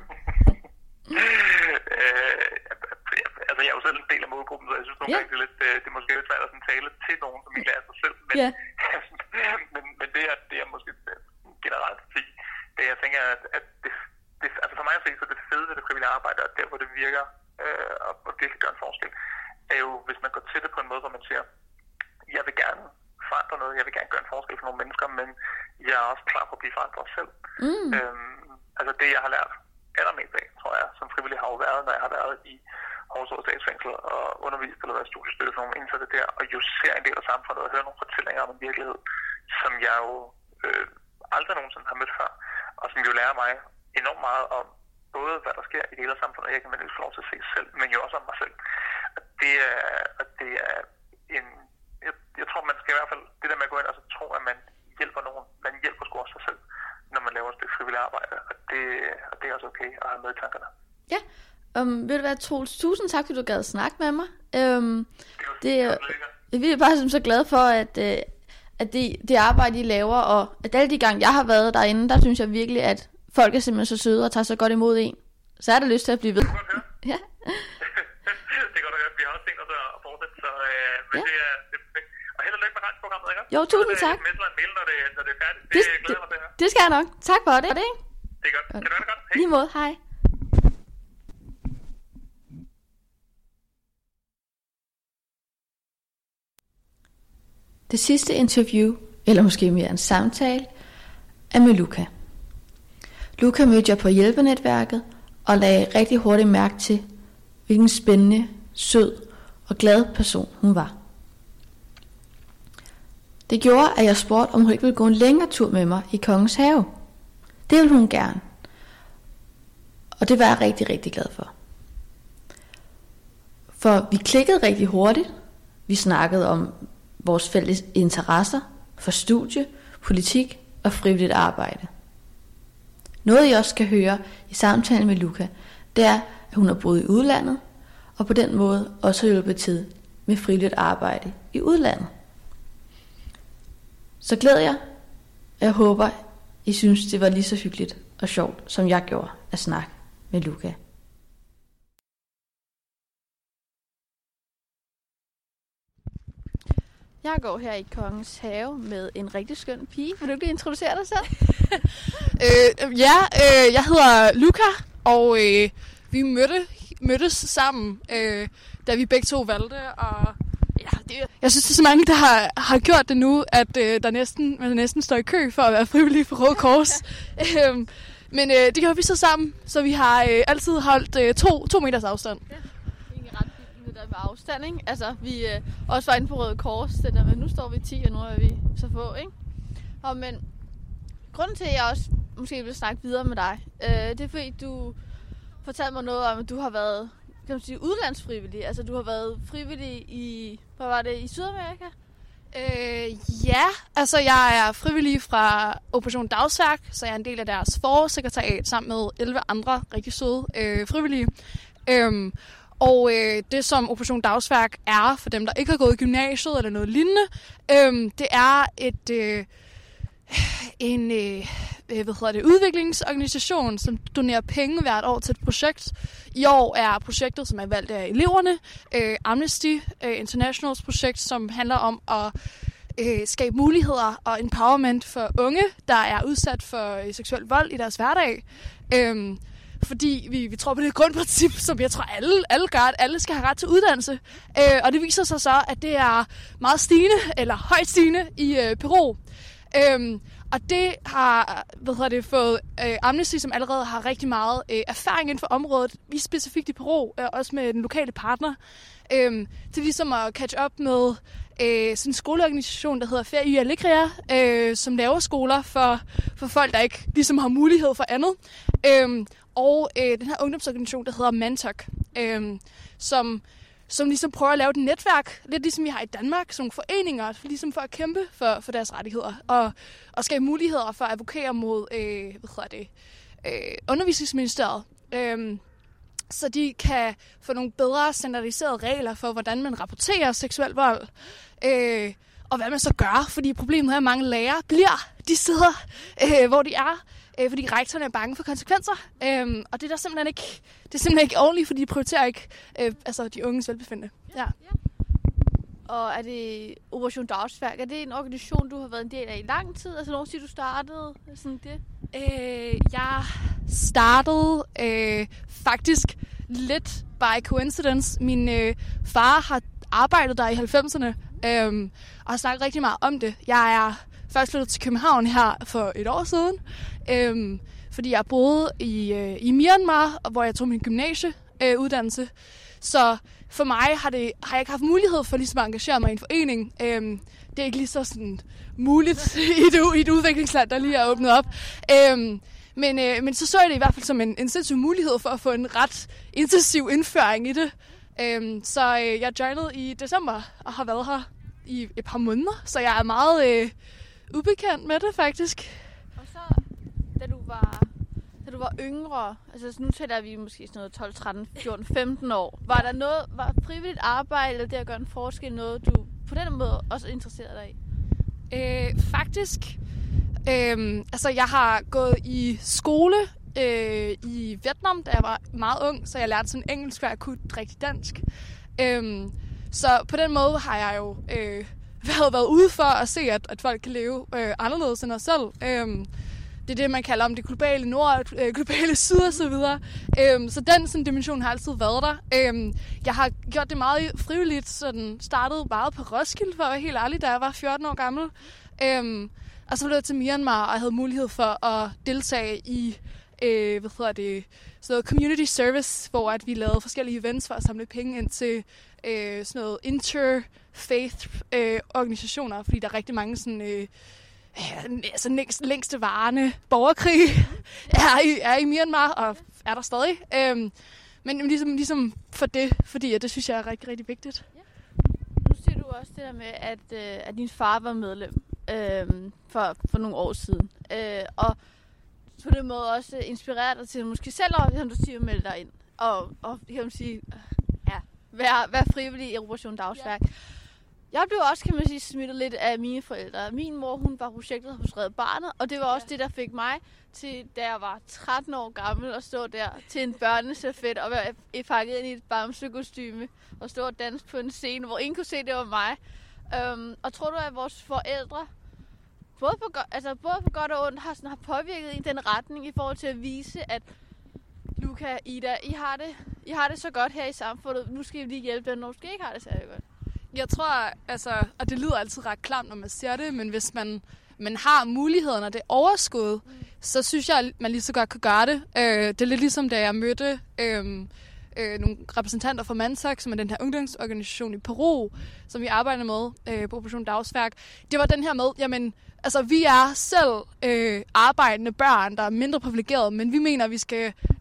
øh, altså, jeg er jo selv en del af målgruppen, så jeg synes nogle yeah. gange, det er, lidt, det er måske lidt svært at sådan tale til nogen, som ikke lærer sig selv. Men, yeah. men, men det, er, det er måske generelt at sige. Det, jeg tænker, at, at det, det, altså for mig at se, så det fede ved det frivillige arbejde, og der, hvor det virker øh, og, og virkelig gør en forskel, er jo, hvis man går til det på en måde, hvor man siger, jeg vil gerne forandre noget, jeg vil gerne gøre en forskel for nogle mennesker, men jeg er også klar på at blive forandret selv. Mm. Øhm, altså det, jeg har lært allermest af, tror jeg, som frivillig har jo været, når jeg har været i Horsens statsfængsel og undervist eller været studiestøtte for nogle indsatte der, og jo ser en del af samfundet og hører nogle fortællinger om en virkelighed, som jeg jo øh, aldrig nogensinde har mødt før, og som jo lærer mig enormt meget om både, hvad der sker i hele samfundet, og jeg kan man få lov til at se selv, men jo også om mig selv. Og det er, og det er en... Jeg, jeg tror, man skal i hvert fald, det der med at gå ind og så tro, at man hjælper nogen, man hjælper sgu også sig selv, når man laver et stykke frivilligt arbejde, og det, og det er også okay at have med i tankerne. Ja, um, vil det være, Troels, tusind tak, fordi du gad at snakke med mig. Um, det er, vi er bare så glade for, at, uh, at det, det arbejde, I laver, og at alle de gange, jeg har været derinde, der synes jeg virkelig, at folk er simpelthen så søde og tager så godt imod en. Så er der lyst til at blive ved. Det er godt at høre. Ja. Det er godt at høre. Vi har også tænkt os at fortsætte, så øh, men ja. det er perfekt. Og held og lykke med radioprogrammet, ikke? Jo, tusind tak. Så er det en mail, når det, når det er færdigt. Det, det glæder mig til at høre. Det skal jeg nok. Tak for det. Det, ikke? Det er godt. Kan du have det godt? Hej. Lige måde. Hej. Det sidste interview, eller måske mere en samtale, er med Luca. Luca mødte jeg på hjælpenetværket og lagde rigtig hurtigt mærke til, hvilken spændende, sød og glad person hun var. Det gjorde, at jeg spurgte, om hun ikke ville gå en længere tur med mig i Kongens Have. Det ville hun gerne. Og det var jeg rigtig, rigtig glad for. For vi klikkede rigtig hurtigt. Vi snakkede om vores fælles interesser for studie, politik og frivilligt arbejde. Noget I også skal høre i samtalen med Luca, det er, at hun har boet i udlandet, og på den måde også har hjulpet til med frivilligt arbejde i udlandet. Så glæder jeg, og jeg håber, I synes, det var lige så hyggeligt og sjovt, som jeg gjorde at snakke med Luca. Jeg går her i Kongens Have med en rigtig skøn pige. Vil du ikke introducere dig selv? øh, ja, øh, jeg hedder Luca, og øh, vi mødte, mødtes sammen, øh, da vi begge to valgte. Og ja, det, jeg synes, det er så mange, der har, har gjort det nu, at øh, der næsten, man næsten står i kø for at være frivillig for Røde Kors. øh, men øh, det gjorde vi så sammen, så vi har øh, altid holdt øh, to, to meters afstand. Ja. Det der med afstand, ikke? Altså, vi øh, også var inde på Røde Kors, det der med, nu står vi ti, og nu er vi så få, ikke? Og men, grunden til, at jeg også måske vil snakke videre med dig, øh, det er fordi, du fortalte mig noget om, at du har været kan man sige, udlandsfrivillig? Altså, du har været frivillig i, hvad var det, i Sydamerika? Øh, ja, altså jeg er frivillig fra Operation Dagsværk, så jeg er en del af deres forårssekretariat sammen med elleve andre rigtig søde øh, frivillige. Øhm, og øh, det som Operation Dagsværk er, for dem der ikke har gået i gymnasiet eller noget lignende, øh, det er et øh, en øh, hvad hedder det, udviklingsorganisation, som donerer penge hvert år til et projekt. I år er projektet, som er valgt af eleverne, øh, Amnesty øh, Internationals projekt, som handler om at øh, skabe muligheder og empowerment for unge, der er udsat for øh, seksuel vold i deres hverdag. Øh, fordi vi, vi tror på det grundprincip, som jeg tror alle, alle gør, at alle skal have ret til uddannelse. Øh, og det viser sig så, at det er meget stigende, eller højt stigende i øh, Peru. Øhm, og det har hvad hedder det, fået øh, Amnesty, som allerede har rigtig meget øh, erfaring inden for området, i specifikt i Peru, øh, også med den lokale partner, øh, til ligesom at catch up med øh, sådan en skoleorganisation, der hedder Ferie y Alegria, øh, som laver skoler for, for folk, der ikke ligesom har mulighed for andet. Øh, og øh, den her ungdomsorganisation, der hedder Mantok, øh, som som ligesom prøver at lave et netværk, lidt ligesom vi har i Danmark, som foreninger, ligesom for at kæmpe for, for deres rettigheder, og, og skabe muligheder for at advokere mod øh, hvad hedder det, øh, undervisningsministeriet, øh, så de kan få nogle bedre standardiserede regler for, hvordan man rapporterer seksuel vold, øh, og hvad man så gør, fordi problemet er, at mange lærere bliver de steder, øh, hvor de er, øh, fordi rektorerne er bange for konsekvenser, øh, og det er der simpelthen ikke, det er simpelthen ikke ordentligt, fordi de prioriterer ikke øh, altså de unges velbefindende. Ja. Ja. Og er det Operation Dagsværk, er det en organisation, du har været en del af i lang tid? Altså nogen siger, du startede sådan det? Øh, jeg startede øh, faktisk lidt by coincidence. Min øh, far har arbejdet der i halvfemserne, øh, og har snakket rigtig meget om det. Jeg er først flyttet til København her for et år siden, øh, fordi jeg boede i, øh, i Myanmar, hvor jeg tog min gymnasieuddannelse. Øh, Så for mig har, det, har jeg ikke haft mulighed for ligesom at engagere mig i en forening. Øhm, det er ikke lige så sådan muligt i et, i et udviklingsland, der lige er åbnet op. Øhm, men, øh, men så så jeg det i hvert fald som en, en sindssyg mulighed for at få en ret intensiv indføring i det. Øhm, så øh, jeg joinede i december og har været her i et par måneder. Så jeg er meget øh, ubekendt med det faktisk. Og så, da du var... Da du var yngre, altså nu tæller vi måske sådan noget tolv, tretten, fjorten, femten år. Var der noget, var frivilligt arbejde eller det at gøre en forskel noget, du på den måde også interesserede dig i? Øh, faktisk, øh, altså jeg har gået i skole øh, i Vietnam, da jeg var meget ung, så jeg lærte sådan engelsk, før jeg kunne rigtig dansk. Øh, så på den måde har jeg jo øh, været, været ude for at se, at, at folk kan leve øh, anderledes end os selv. Øh, Det er det, man kalder om det globale nord, øh, globale syd og så videre. Øhm, så den sådan, dimension har altid været der. Øhm, jeg har gjort det meget frivilligt, så den startede meget på Roskilde, for at være helt ærlig, da jeg var fjorten år gammel. Øhm, og så blev jeg til Myanmar, og jeg havde mulighed for at deltage i øh, hvad hedder det, sådan noget community service, hvor at vi lavede forskellige events for at samle penge ind til øh, sådan noget interfaith øh, organisationer, fordi der er rigtig mange sådan... Øh, altså længst, længste varende borgerkrig er i, er i Myanmar, og er der stadig. Øhm, men ligesom, ligesom for det, fordi det synes jeg er rigtig, rigtig vigtigt. Ja. Nu siger du også det der med, at, øh, at din far var medlem øh, for, for nogle år siden. Øh, og på den måde også inspireret dig til måske selv, som du siger, melde dig ind. Og, og kan man sige, ja, være, være frivillig i Operation Dagsværk. Ja. Jeg blev også, kan man sige, smittet lidt af mine forældre. Min mor, hun var projektet hos Red Barnet, og det var også ja. det, der fik mig til, da jeg var tretten år gammel, og stå der til en børnestafet og være pakket ind i et bamsekostyme og stå og danse på en scene, hvor ingen kunne se, det var mig. Um, og tror du, at vores forældre, både på, altså både på godt og ondt, har, sådan, har påvirket i den retning i forhold til at vise, at Luca, Ida, I har det, I har det så godt her i samfundet, nu skal I lige hjælpe dem, når måske ikke har det særlig godt. Jeg tror, altså, og det lyder altid ret klamt, når man siger det, men hvis man, man har mulighederne, og det er overskud, mm. så synes jeg, at man lige så godt kan gøre det. Øh, det er lidt ligesom, da jeg mødte øh, øh, nogle repræsentanter fra Mantok, som er den her ungdomsorganisation i Peru, som vi arbejder med øh, på Operation Dagsværk. Det var den her med, jamen, altså, vi er selv øh, arbejdende børn, der er mindre privilegerede, men vi mener, at vi skal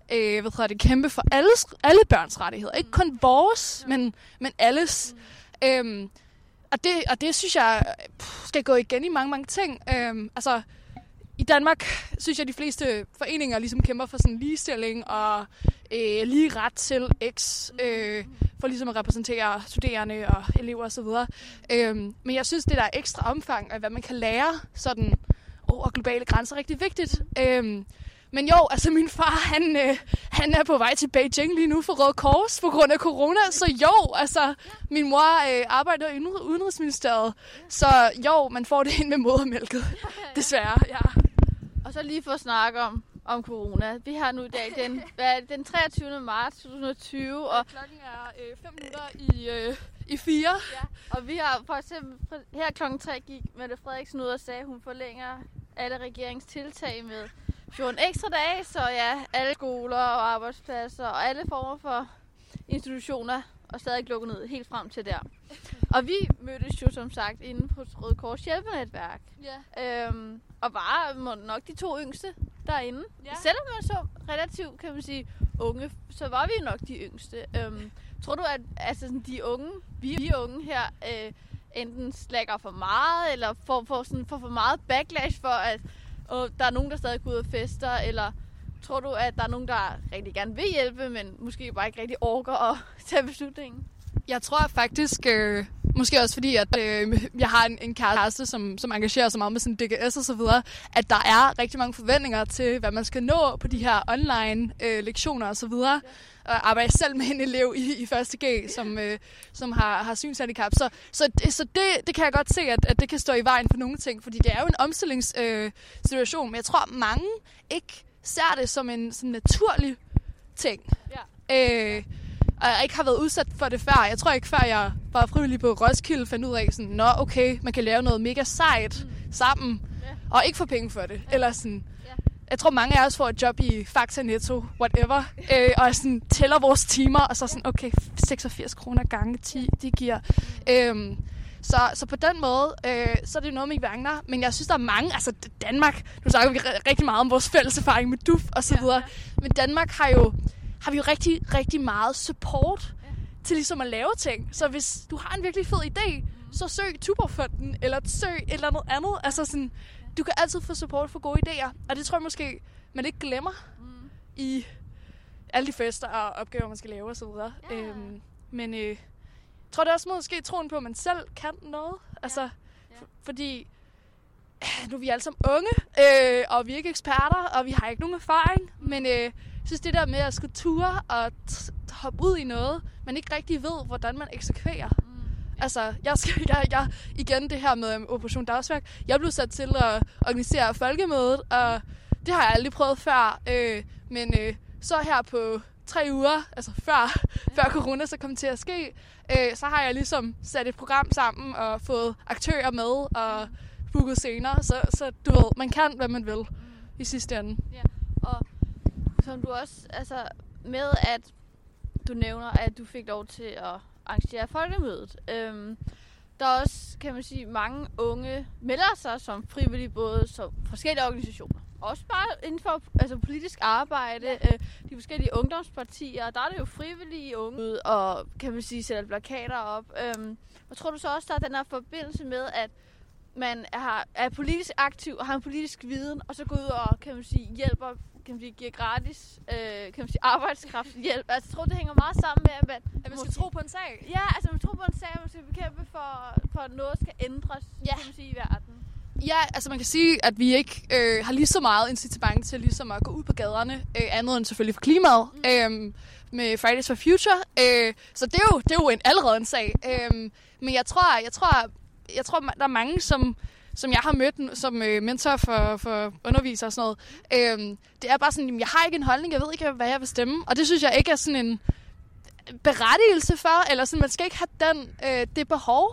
øh, hvad hedder det, kæmpe for alles, alle børns rettigheder. Ikke kun vores, men, men alles. Mm. Øhm, og, det, og det synes jeg pff, skal gå igen i mange, mange ting. Øhm, altså, i Danmark synes jeg, at de fleste foreninger ligesom kæmper for sådan ligestilling og øh, lige ret til X, øh, for ligesom at repræsentere studerende og elever osv. Øhm, men jeg synes, det der er ekstra omfang af, hvad man kan lære sådan, oh, og globale grænser er rigtig vigtigt. Øhm, men jo, altså min far, han, øh, han er på vej til Beijing lige nu for Røde Kors på grund af corona. Så jo, altså min mor øh, arbejder i Udenrigsministeriet. Så jo, man får det ind med modermælket, desværre, ja. Og så lige for at snakke om, om corona. Vi har nu i dag den, hvad er det, den treogtyvende marts to tusind og tyve. Og klokken er øh, fem minutter i, øh, i fire. Ja. Og vi har for eksempel, her klokken tre gik Mette Frederiksen ud og sagde, at hun forlænger alle regeringstiltag med fjorten ekstra dage. Så ja, alle skoler og arbejdspladser og alle former for institutioner og stadig lukket ned helt frem til der. Og vi mødtes jo som sagt inde på Røde Kors hjælpenetværk. Ja. Øhm, og var nok de to yngste derinde. Ja. Selvom man så relativt, kan man sige, unge, så var vi nok de yngste. Øhm, tror du, at altså, sådan, de unge, vi, vi unge her, øh, enten slækker for meget, eller får for, sådan, for, for meget backlash for, at øh, der er nogen, der stadig går ud og fester, eller tror du, at der er nogen, der rigtig gerne vil hjælpe, men måske bare ikke rigtig orker at tage beslutningen? Jeg tror faktisk, øh, måske også fordi, at øh, jeg har en, en kæreste, som, som engagerer sig meget med sådan D G S og så videre, at der er rigtig mange forventninger til, hvad man skal nå på de her online øh, lektioner og så videre. Og jeg arbejder selv med en elev i, i første G, som, øh, som har, har synshandicap. Så, så, det, så det, det kan jeg godt se, at, at det kan stå i vejen for nogle ting, fordi det er jo en omstillingssituation, øh, men jeg tror, at mange ikke ser det som en sådan naturlig ting. Ja. Øh, og jeg ikke har været udsat for det før. Jeg tror ikke, før jeg var frivillig på Roskilde, fandt ud af sådan, nå okay, man kan lave noget mega sejt mm. sammen, yeah. og ikke få penge for det. Ja. Eller sådan, yeah. Jeg tror, mange af os får et job i Fakta, Netto, whatever, øh, og sådan, tæller vores timer, og så sådan, okay, seksogfirs kroner gange ti, de giver. Mm. Øhm, så, så på den måde, øh, så er det noget med Wagner, men jeg synes, der er mange, altså Danmark, nu snakker vi rigtig meget om vores fælles erfaring med D U F og så videre, ja, ja. Men Danmark har jo har vi jo rigtig, rigtig meget support ja. til ligesom at lave ting. Så hvis du har en virkelig fed idé, mm. så søg Tuborgfonden, eller søg et eller andet andet. Altså sådan, ja. du kan altid få support for gode idéer. Og det tror jeg måske, man ikke glemmer mm. i alle de fester og opgaver, man skal lave og så videre. Ja. Øhm, men øh, jeg tror det er også måske troen på, at man selv kan noget. Altså, ja. Ja. For, fordi nu er vi alle sammen unge, øh, og vi er ikke eksperter, og vi har ikke nogen erfaring, men øh, jeg synes det der med at skulle ture og t- hoppe ud i noget, man ikke rigtig ved, hvordan man eksekverer. Mm. Altså, jeg skal, jeg, jeg, igen det her med Operation Dagsværk, jeg blev sat til at organisere folkemødet, og det har jeg aldrig prøvet før, øh, men øh, så her på tre uger, altså før, før corona så kom til at ske, øh, så har jeg ligesom sat et program sammen og fået aktører med og booket scener, så, så du ved, man kan, hvad man vil mm. i sidste ende. Ja, og som du også, altså med at du nævner, at du fik lov til at arrangere folkemødet, øhm, der er også, kan man sige, mange unge melder sig som frivillige, både som forskellige organisationer, også bare inden for altså, politisk arbejde, ja. øh, de forskellige ungdomspartier, der er det jo frivillige unge, og kan man sige, sætter plakater op. Øhm, og tror du så også, der er den her forbindelse med, at man er, er politisk aktiv og har en politisk viden, og så går ud og, kan man sige, hjælper, kan man sige, giver gratis, øh, kan man sige, arbejdskrafthjælp. Altså, jeg tror, det hænger meget sammen med, at man, at man skal tro på en sag. Ja, altså, man tror på en sag, man skal bekæmpe for, for at noget skal ændres, ja. kan man sige, i verden. Ja, altså man kan sige, at vi ikke øh, har lige så meget incitament til ligesom at gå ud på gaderne, øh, andet end selvfølgelig for klimaet, mm. øh, med Fridays for Future. Øh, så det er jo, det er jo en, allerede en sag. Øh, men jeg tror, jeg tror, jeg tror, der er mange, som, som jeg har mødt som øh, mentor for, for undervisere og sådan noget. Øh, det er bare sådan, jeg har ikke en holdning, jeg ved ikke, hvad jeg vil stemme. Og det synes jeg ikke er sådan en berettigelse for, eller sådan, man skal ikke have den, øh, det behov.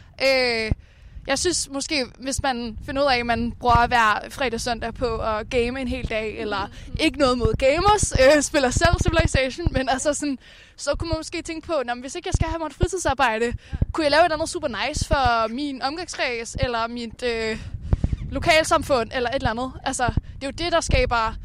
Øh, jeg synes måske, hvis man finder ud af, at man bruger hver fredag og søndag på at game en hel dag, eller mm-hmm. ikke noget mod gamers, øh, spiller selv Civilization, men altså sådan, så kunne man måske tænke på, hvis ikke jeg skal have mig et fritidsarbejde, ja. kunne jeg lave et eller andet super nice for min omgangskreds, eller mit øh, lokalsamfund, eller et eller andet. Altså, det er jo det, der skaber,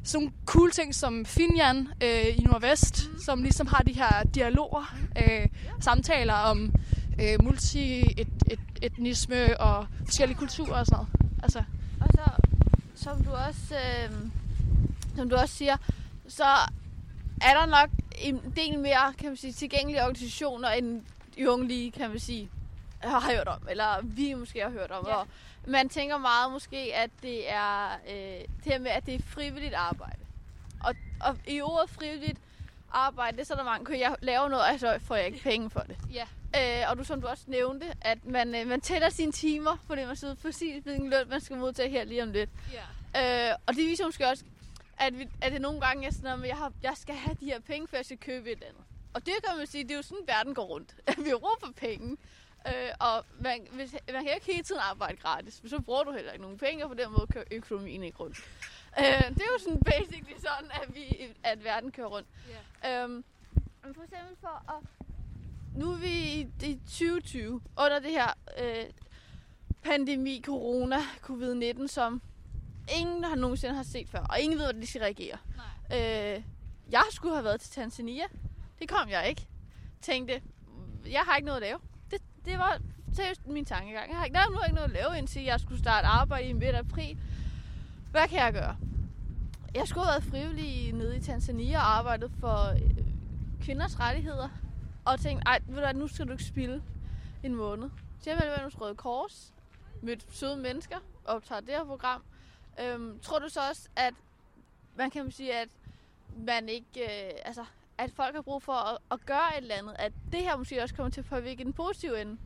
sådan nogle cool ting som Finjan øh, i Nordvest, mm. som ligesom har de her dialoger, øh, samtaler om øh, multi-etnisme og forskellige kulturer og sådan noget. Altså. Og så, som du også, øh, som du også siger, så er der nok en del mere, kan man sige, tilgængelige organisationer, end Unge Lige, kan man sige, har hørt om, eller vi måske har hørt om. Ja. Og man tænker meget måske, at det er øh, det her med, at det er frivilligt arbejde. Og, og i ordet frivilligt arbejde, det er så der mange, kan jeg lave noget, og så får jeg ikke penge for det. Ja. Øh, og du, som du også nævnte, at man, øh, man tæller sine timer, fordi man sidder præcis hvilken løn, man skal modtage her lige om lidt. Ja. Øh, og det viser måske også, at, vi, at det nogle gange er sådan, at jeg, har, jeg skal have de her penge, før jeg skal købe et eller andet. Og det kan man sige, det er jo sådan, verden går rundt. Vi har brug for penge. Øh, og man, hvis, man kan ikke hele tiden arbejde gratis, men så bruger du heller ikke nogen penge, og på den måde kører økonomien ikke rundt. Øh, det er jo sådan basically sådan, at, vi, at verden kører rundt. Yeah. Øhm, men for eksempel for at... Nu er vi i, i tyve tyve, under det her øh, pandemi, corona, covid nitten, som ingen har nogensinde har set før, og ingen ved, hvordan de skal reagere. Øh, jeg skulle have været til Tanzania. Det kom jeg ikke. Tænkte, jeg har ikke noget at lave. Det, det var seriøst min tankegang. Jeg har ikke, der er nu ikke noget at lave, indtil jeg skulle starte arbejde i midt april. Hvad kan jeg gøre? Jeg skulle have været frivillig nede i Tanzania og arbejdet for øh, kvinders rettigheder. Og tænkte, ej, ved du, nu skal du ikke spilde en måned. Så jeg meldte mig hos Røde Kors, mødte søde mennesker, optager det her program. Øhm, tror du så også, at man kan sige, at man ikke, øh, altså, at folk har brug for at, at gøre et eller andet, at det her måske også kommer til at påvirke den positive ende?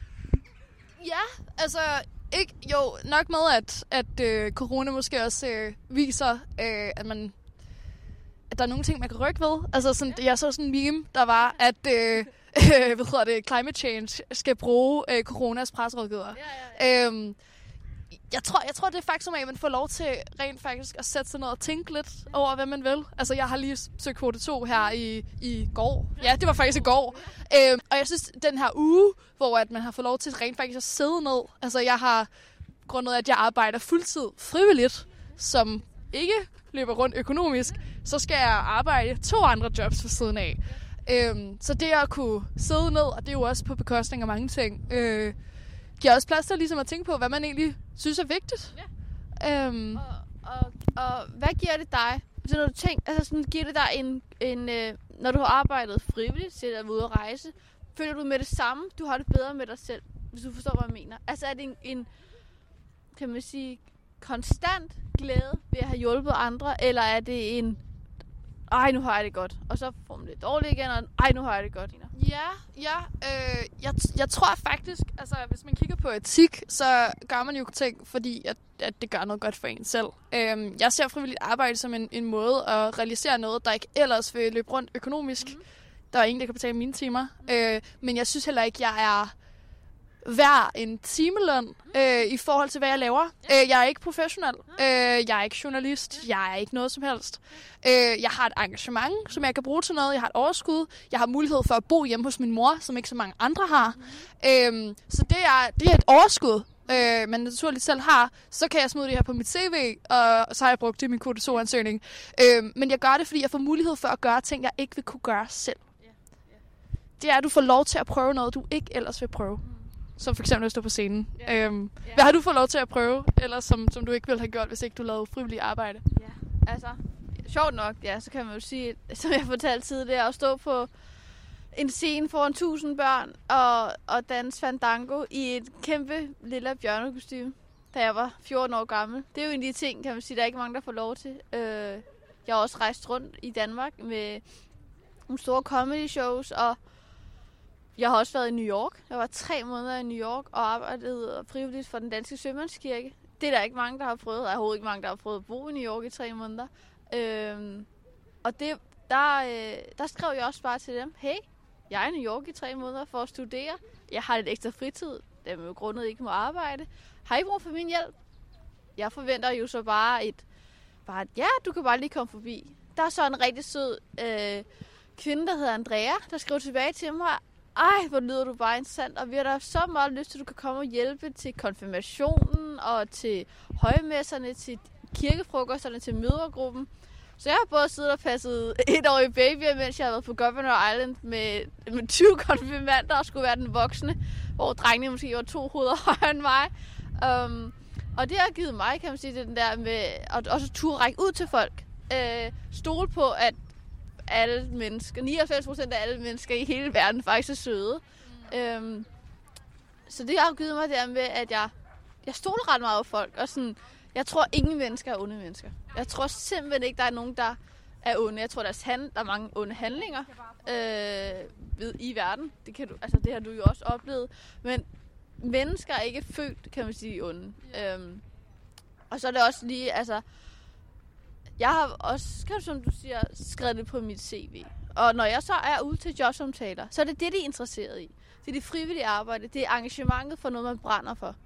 Ja, altså, ikke, jo, nok med, at, at øh, corona måske også øh, viser, øh, at man, at der er nogle ting, man kan rykke ved. Altså, sådan, ja. Jeg så sådan en meme, der var, at øh, øh, hvad hedder det, climate change skal bruge øh, coronas presserådgiver. Ja, ja, ja. Øhm, Jeg tror, jeg tror, det er faktisk at man får lov til rent faktisk at sætte sig ned og tænke lidt over, hvad man vil. Altså, jeg har lige søgt kvote to her i, i går. Ja, det var faktisk i går. Øhm, og jeg synes, den her uge, hvor at man har fået lov til rent faktisk at sidde ned. Altså, jeg har grundet, at jeg arbejder fuldtid frivilligt, som ikke løber rundt økonomisk, så skal jeg arbejde to andre jobs for siden af. Øhm, så det at kunne sidde ned, og det er jo også på bekostning af mange ting, øh, giver også plads til ligesom at tænke på, hvad man egentlig synes er vigtigt. Ja. Øhm. Og, og, og hvad giver det dig? Så når du tænker, altså sådan, giver det dig en, en øh, når du har arbejdet frivilligt, til at være ude at rejse, føler du med det samme, du har det bedre med dig selv, hvis du forstår, hvad jeg mener? Altså er det en, en kan man sige, konstant glæde ved at have hjulpet andre, eller er det en, ej, nu har jeg det godt, og så får man det dårligt igen, og ej, nu har jeg det godt. Ja, ja. Øh, jeg, jeg tror faktisk, altså hvis man kigger på etik, så gør man jo ting, fordi at, at det gør noget godt for en selv. Øh, jeg ser frivilligt arbejde som en, en måde at realisere noget, der ikke ellers vil løbe rundt økonomisk. Mm-hmm. Der er ingen, der kan betale mine timer. Mm-hmm. Øh, men jeg synes heller ikke, jeg er værd en timeløn øh, i forhold til, hvad jeg laver. Ja. Øh, jeg er ikke professionel. Øh, jeg er ikke journalist. Jeg er ikke noget som helst. Øh, jeg har et engagement, som jeg kan bruge til noget. Jeg har et overskud. Jeg har mulighed for at bo hjemme hos min mor, som ikke så mange andre har. Mm. Øh, så det er, det er et overskud, øh, man naturligt selv har. Så kan jeg smide det her på mit C V, og så har jeg brugt det i min kvote to ansøgning. Øh, men jeg gør det, fordi jeg får mulighed for at gøre ting, jeg ikke vil kunne gøre selv. Yeah. Yeah. Det er, at du får lov til at prøve noget, du ikke ellers vil prøve. Mm. Som for eksempel at stå på scenen. Yeah. Øhm, yeah. Hvad har du fået lov til at prøve, eller som, som du ikke ville have gjort, hvis ikke du lavede frivillig arbejde? Ja, altså, sjovt nok, ja, så kan man jo sige, som jeg fortalte tidligere, at stå på en scene foran tusind børn og, og danse fandango i et kæmpe lille bjørnekostyme, da jeg var fjorten år gammel. Det er jo en af de ting, kan man sige, der er ikke mange, der får lov til. Øh, jeg har også rejst rundt i Danmark med nogle store comedy shows, og jeg har også været i New York. Jeg var tre måneder i New York og arbejdede frivilligt for den danske sømandskirke. Det er der ikke mange, der har prøvet. Der er overhovedet ikke mange, der har prøvet at bo i New York i tre måneder. Øhm, og det, der, øh, der skrev jeg også bare til dem, hey, jeg er i New York i tre måneder for at studere. Jeg har lidt ekstra fritid, da jeg jo grundet ikke må arbejde. Har I brug for min hjælp? Jeg forventer jo så bare et, bare et, ja, du kan bare lige komme forbi. Der er så en rigtig sød øh, kvinde, der hedder Andrea, der skrev tilbage til mig, ej, hvor lyder du bare interessant, og vi har da så meget lyst til, at du kan komme og hjælpe til konfirmationen, og til højmesserne, til kirkefrokosterne, til mødergruppen. Så jeg har både siddet og passet etårige babyer, mens jeg har været på Governor Island med, med tyve konfirmander og skulle være den voksne, hvor drengene måske var to hoveder højere end mig. Um, og det har givet mig, kan man sige, den der med at også turde række ud til folk. Uh, stole på, at alle mennesker, nioghalvfems procent af alle mennesker i hele verden faktisk er søde. Mm. Um, så det har givet mig der med, at jeg, jeg stoler ret meget på folk. Og sådan, jeg tror, ingen mennesker er onde mennesker. Jeg tror simpelthen ikke, der er nogen, der er onde. Jeg tror, der er, hand, der er mange onde handlinger øh, i verden. Det, kan du, altså, det har du jo også oplevet. Men mennesker er ikke født, kan man sige, onde. Yeah. Øhm, og så er det også lige, altså... Jeg har også, som du siger, skrevet det på mit C V. Og når jeg så er ude til jobsamtaler, så er det det, de er interesseret i. Det er det frivillige arbejde. Det er engagementet for noget, man brænder for.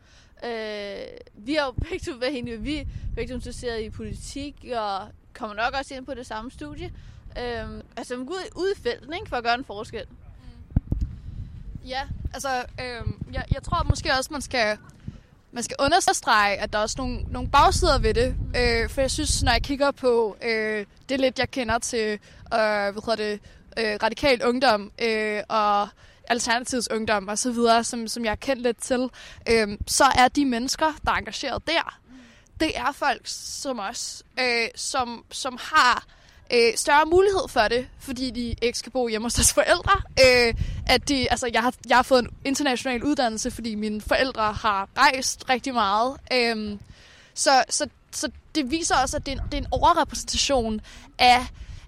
Øh, vi har jo begge to været hende, vi er begge to interesseret i politik, og kommer nok også ind på det samme studie. Øh, altså, man går ud, ud i felten, ikke, for at gøre en forskel. Mm. Ja, altså, øh, jeg, jeg tror måske også, man skal, man skal understrege, at der er også nogle, nogle bagsider ved det. Øh, for jeg synes, når jeg kigger på øh, det lidt, jeg kender til øh, hvad hedder det, øh, radikal ungdom øh, og Alternativets ungdom og så videre, som, som jeg har kendt lidt til, øhm, så er de mennesker, der er engageret der, mm. det er folk som os, øh, som, som har øh, større mulighed for det, fordi de ikke skal bo hjemme hos deres forældre. Øh, at de, altså, jeg, har, jeg har fået en international uddannelse, fordi mine forældre har rejst rigtig meget. Øh, så, så, så det viser også, at det er, det er en overrepræsentation af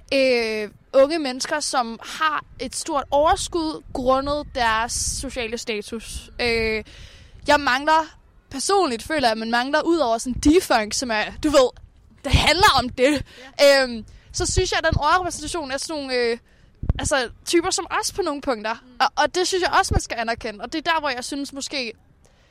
Øh, unge mennesker, som har et stort overskud grundet deres sociale status. Øh, jeg mangler, personligt føler jeg, at man mangler ud over sådan defunk, som er, du ved, det handler om det. Yeah. Øh, så synes jeg, at den overrepræsentation er sådan nogle øh, altså, typer som os på nogle punkter. Mm. Og, og det synes jeg også, man skal anerkende. Og det er der, hvor jeg synes måske, jeg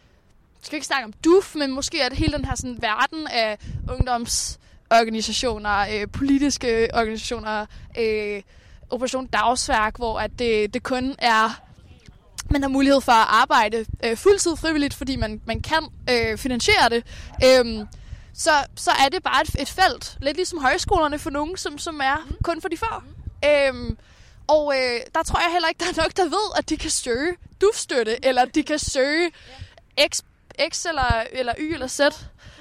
skal ikke snakke om duf, men måske er det hele den her sådan, verden af ungdoms organisationer, øh, politiske organisationer, øh, Operation Dagsværk, hvor at det, det kun er, man har mulighed for at arbejde øh, fuldtid frivilligt, fordi man, man kan øh, finansiere det. Øh, så, så er det bare et, et felt, lidt ligesom højskolerne for nogen, som, som er mm. kun for de få. Mm. Øh, og øh, der tror jeg heller ikke, der er nok, der ved, at de kan søge dufstøtte, eller de kan søge X, X eller, eller Y eller Z.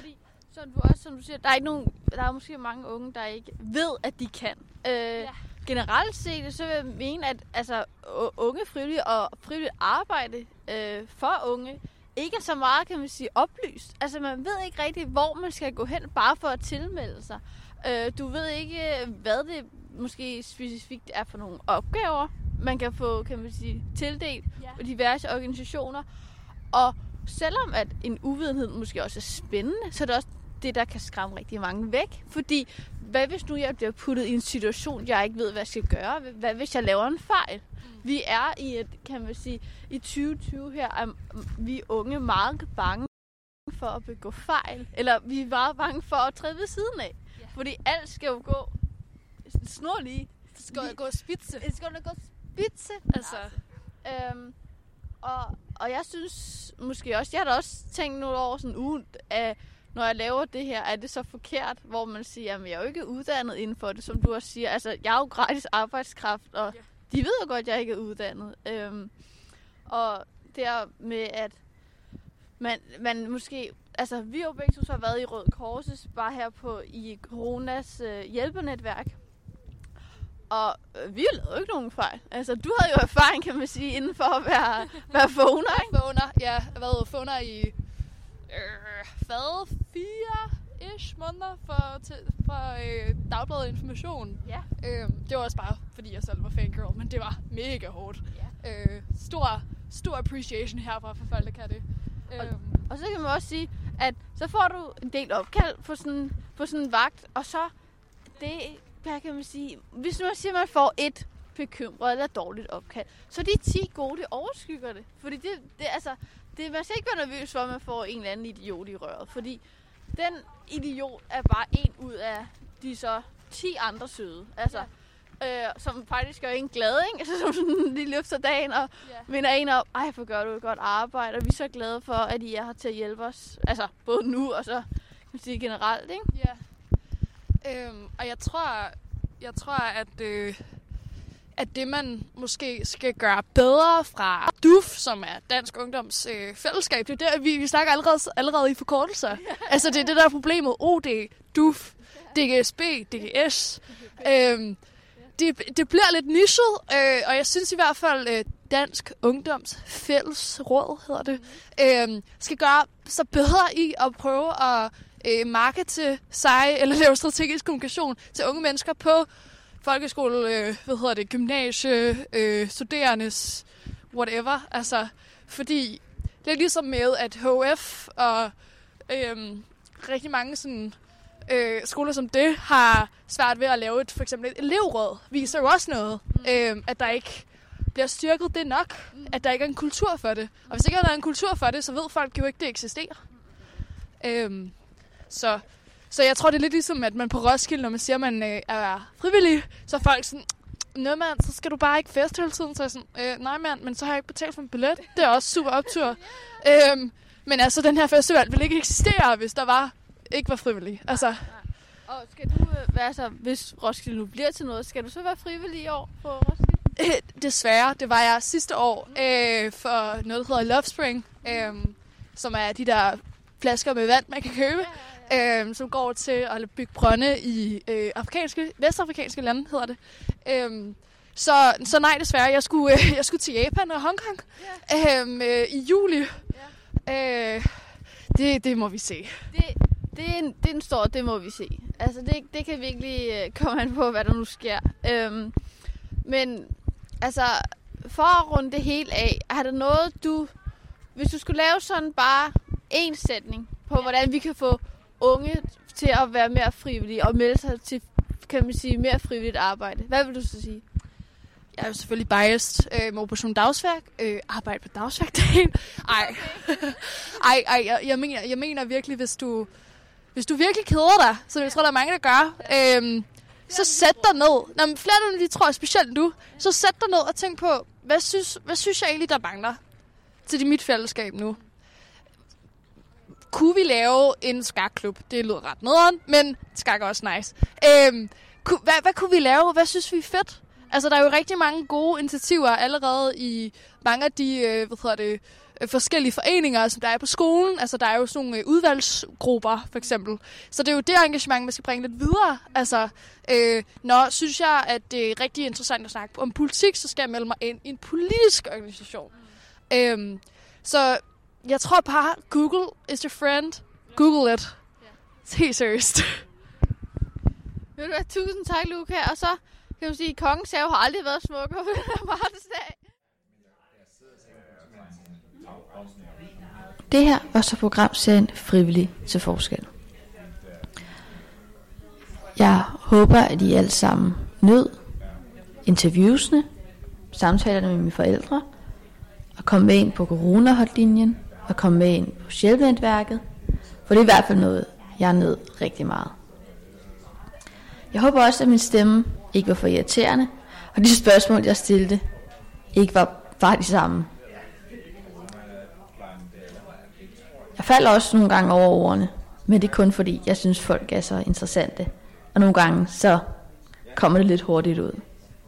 Som du også, som du siger, der er ikke nogen, der er måske mange unge, der ikke ved, at de kan. Øh, ja. Generelt set, så vil jeg mene, at altså, unge frivillige og frivilligt arbejde øh, for unge ikke er så meget, kan man sige, oplyst. Altså, man ved ikke rigtig, hvor man skal gå hen, bare for at tilmelde sig. Øh, du ved ikke, hvad det måske specifikt er for nogle opgaver, man kan få, kan man sige, tildelt af diverse organisationer. Og selvom at en uvidenhed måske også er spændende, så er det også det, der kan skræmme rigtig mange væk. Fordi, hvad hvis nu jeg bliver puttet i en situation, jeg ikke ved, hvad jeg skal gøre? Hvad hvis jeg laver en fejl? Mm. Vi er i et, kan man sige, i tyve tyve her, er vi unge meget bange for at begå fejl. Eller vi er meget bange for at træde ved siden af. Yeah. Fordi alt skal jo gå snor lige. Det skal jo gå spidse. Det skal jo gå spidse. Altså. Øhm, og, og jeg synes måske også, jeg har da også tænkt nogle år sådan ugen, at når jeg laver det her, er det så forkert, hvor man siger, at jeg er jo ikke uddannet inden for det, som du også siger. Altså, jeg er jo gratis arbejdskraft, og yeah. de ved jo godt, at jeg ikke er uddannet. Øhm, og der med, at man, man måske... Altså, vi har jo begge to så været i Røde Kors, bare her på i Coronas øh, hjælpenetværk. Og øh, vi har lavet ikke nogen fejl. Altså, du havde jo erfaring, kan man sige, inden for at være, være phoner, ikke? Phoner, ja. Jeg har været phoner i... Øh, hvad? Fire-ish måneder for, til, for øh, Dagbladet Information. Ja. Øh, det var også bare, fordi jeg selv var fangirl, men det var mega hårdt. Ja. Øh, stor, stor appreciation herfra for folk, der kan det. Og, øh. og så kan man også sige, at så får du en del opkald på sådan, på sådan en vagt, og så det, hvad kan man sige, hvis man siger, at man får et bekymret eller dårligt opkald, så de ti gode, det overskygger det. Fordi det, det altså... Det, man skal ikke være nervøs for, at man får en eller anden idiot i røret. Fordi den idiot er bare en ud af de så ti andre søde. Altså, ja. øh, som faktisk gør en glad, ikke? Altså, som sådan lige løfter dagen og ja. minder en om, ej, hvor gør du et godt arbejde. Og vi er så glade for, at I er her til at hjælpe os. Altså, både nu og så, kan man sige, generelt, ikke? Ja. Øhm, og jeg tror, jeg tror, at, øh, at det, man måske skal gøre bedre fra D U F, som er Dansk Ungdoms øh, Fællesskab, det er der, vi, vi snakker allerede, allerede i forkortelser. Altså, det er det, der er problemet. O D, D U F, D G S B, D G S. Øhm, det, det bliver lidt nichet, øh, og jeg synes i hvert fald, øh, Dansk Ungdoms Fællesråd, hedder det, øh, skal gøre sig bedre i at prøve at øh, markete sig, eller lave strategisk kommunikation til unge mennesker på folkeskole, øh, hvad hedder det, gymnasie, øh, studerendes, whatever. Altså, fordi det er ligesom med, at H F og øh, rigtig mange sådan, øh, skoler som det har svært ved at lave et, for eksempel et elevråd, viser jo også noget, mm. øh, at der ikke bliver styrket det nok, mm. at der ikke er en kultur for det. Og hvis ikke der er en kultur for det, så ved folk jo ikke, det eksisterer. Mm. Øh, så... Så jeg tror, det er lidt ligesom, at man på Roskilde, når man siger, at man øh, er frivillig, så er folk sådan, nå mand, så skal du bare ikke feste hele tiden. Så er jeg sådan, øh, nej mand, men så har jeg ikke betalt for en billet. Det er også super optur. øhm, men altså, den her festival ville ikke eksistere, hvis der var ikke var frivillig. Altså. Og skal du øh, være så, hvis Roskilde nu bliver til noget, skal du så være frivillig i år på Roskilde? Øh, desværre, det var jeg sidste år øh, for noget, der hedder Love Spring, øh, som er de der flasker med vand, man kan købe. Øhm, som går til at bygge brønde i øh, afrikanske, vestafrikanske lande, hedder det. Øhm, så, så nej, desværre. Jeg skulle, øh, jeg skulle til Japan og Hongkong yeah. øhm, øh, i juli. Yeah. Øh, det, det må vi se. Det, det, er en, det er en stor, det må vi se. Altså, det, det kan virkelig øh, komme an på, hvad der nu sker. Øhm, men, altså, for at runde det hele af, har der noget, du... Hvis du skulle lave sådan bare en sætning på, ja. hvordan vi kan få unge til at være mere frivillige og melde sig til, kan man sige, mere frivilligt arbejde. Hvad vil du så sige? Jeg er jo selvfølgelig biased øh, med Operation Dagsværk. Øh, arbejde på dagsværkdagen. Ej, ej, ej jeg, jeg, mener, jeg mener virkelig, hvis du, hvis du virkelig keder dig, så jeg tror, der er mange, der gør, øh, så sæt dig ned. Når flere af dem, de tror, specielt du, så sæt dig ned og tænk på, hvad synes, hvad synes jeg egentlig, der mangler til det mit fællesskab nu? Kunne vi lave en skakklub? Det lyder ret nederen, men skak er også nice. Øhm, ku, hvad, hvad kunne vi lave? Hvad synes vi er fedt? Altså, der er jo rigtig mange gode initiativer allerede i mange af de øh, hvad hedder det, øh, forskellige foreninger, som der er på skolen. Altså, der er jo sådan nogle øh, udvalgsgrupper, for eksempel. Så det er jo det engagement, man skal bringe lidt videre. Altså, øh, når synes jeg, at det er rigtig interessant at snakke om politik, så skal jeg melde mig ind i en politisk organisation. Mm. Øhm, så... Jeg tror bare, Google is your friend. Google it. Yeah. Helt seriøst. Ved du hvad, tusind tak, Luca. Og så kan man sige, at Kongens Have har aldrig været smukkere på den her markedsdag. Det her var så programserien Frivillig til Forskel. Jeg håber, at I alle sammen nød interviewsene, samtalerne med mine forældre, og komme med ind på corona-hotlinjen, og komme med ind på hjælpenetværket, for det er i hvert fald noget, jeg nød rigtig meget. Jeg håber også, at min stemme ikke var for irriterende, og de spørgsmål, jeg stillede, ikke var bare de samme. Jeg falder også nogle gange over ordene, men det er kun fordi, jeg synes, folk er så interessante, og nogle gange så kommer det lidt hurtigt ud.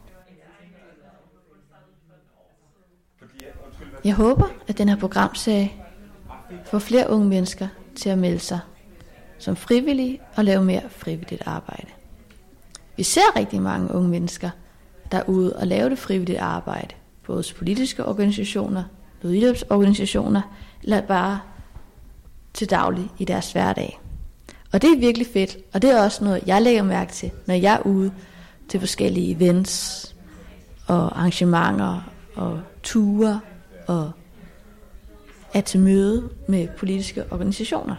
Jeg håber, at den her programserie får flere unge mennesker til at melde sig som frivillige og lave mere frivilligt arbejde. Vi ser rigtig mange unge mennesker, der er ude og lave det frivilligt arbejde, både hos politiske organisationer, nødhjælpsorganisationer, eller bare til daglig i deres hverdag. Og det er virkelig fedt, og det er også noget, jeg lægger mærke til, når jeg er ude til forskellige events og arrangementer og ture og er til møde med politiske organisationer.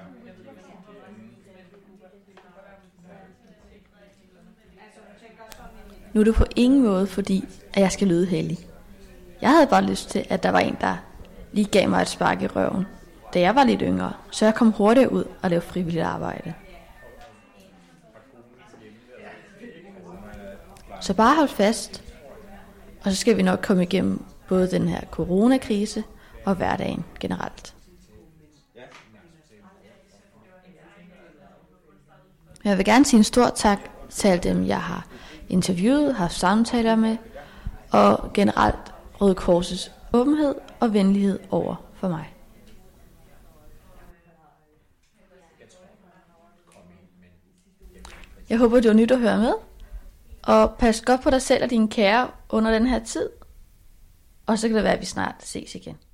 Nu er det på ingen måde fordi, at jeg skal lyde heldig. Jeg havde bare lyst til, at der var en, der lige gav mig et spark i røven, da jeg var lidt yngre, så jeg kom hurtigere ud og lavede frivilligt arbejde. Så bare hold fast, og så skal vi nok komme igennem både den her coronakrise og hverdagen generelt. Jeg vil gerne sige en stor tak til alle dem, jeg har interviewet, haft samtaler med, og generelt Røde Korsets åbenhed og venlighed over for mig. Jeg håber, det var nyt at høre med, og pas godt på dig selv og dine kære under den her tid, og så kan det være, at vi snart ses igen.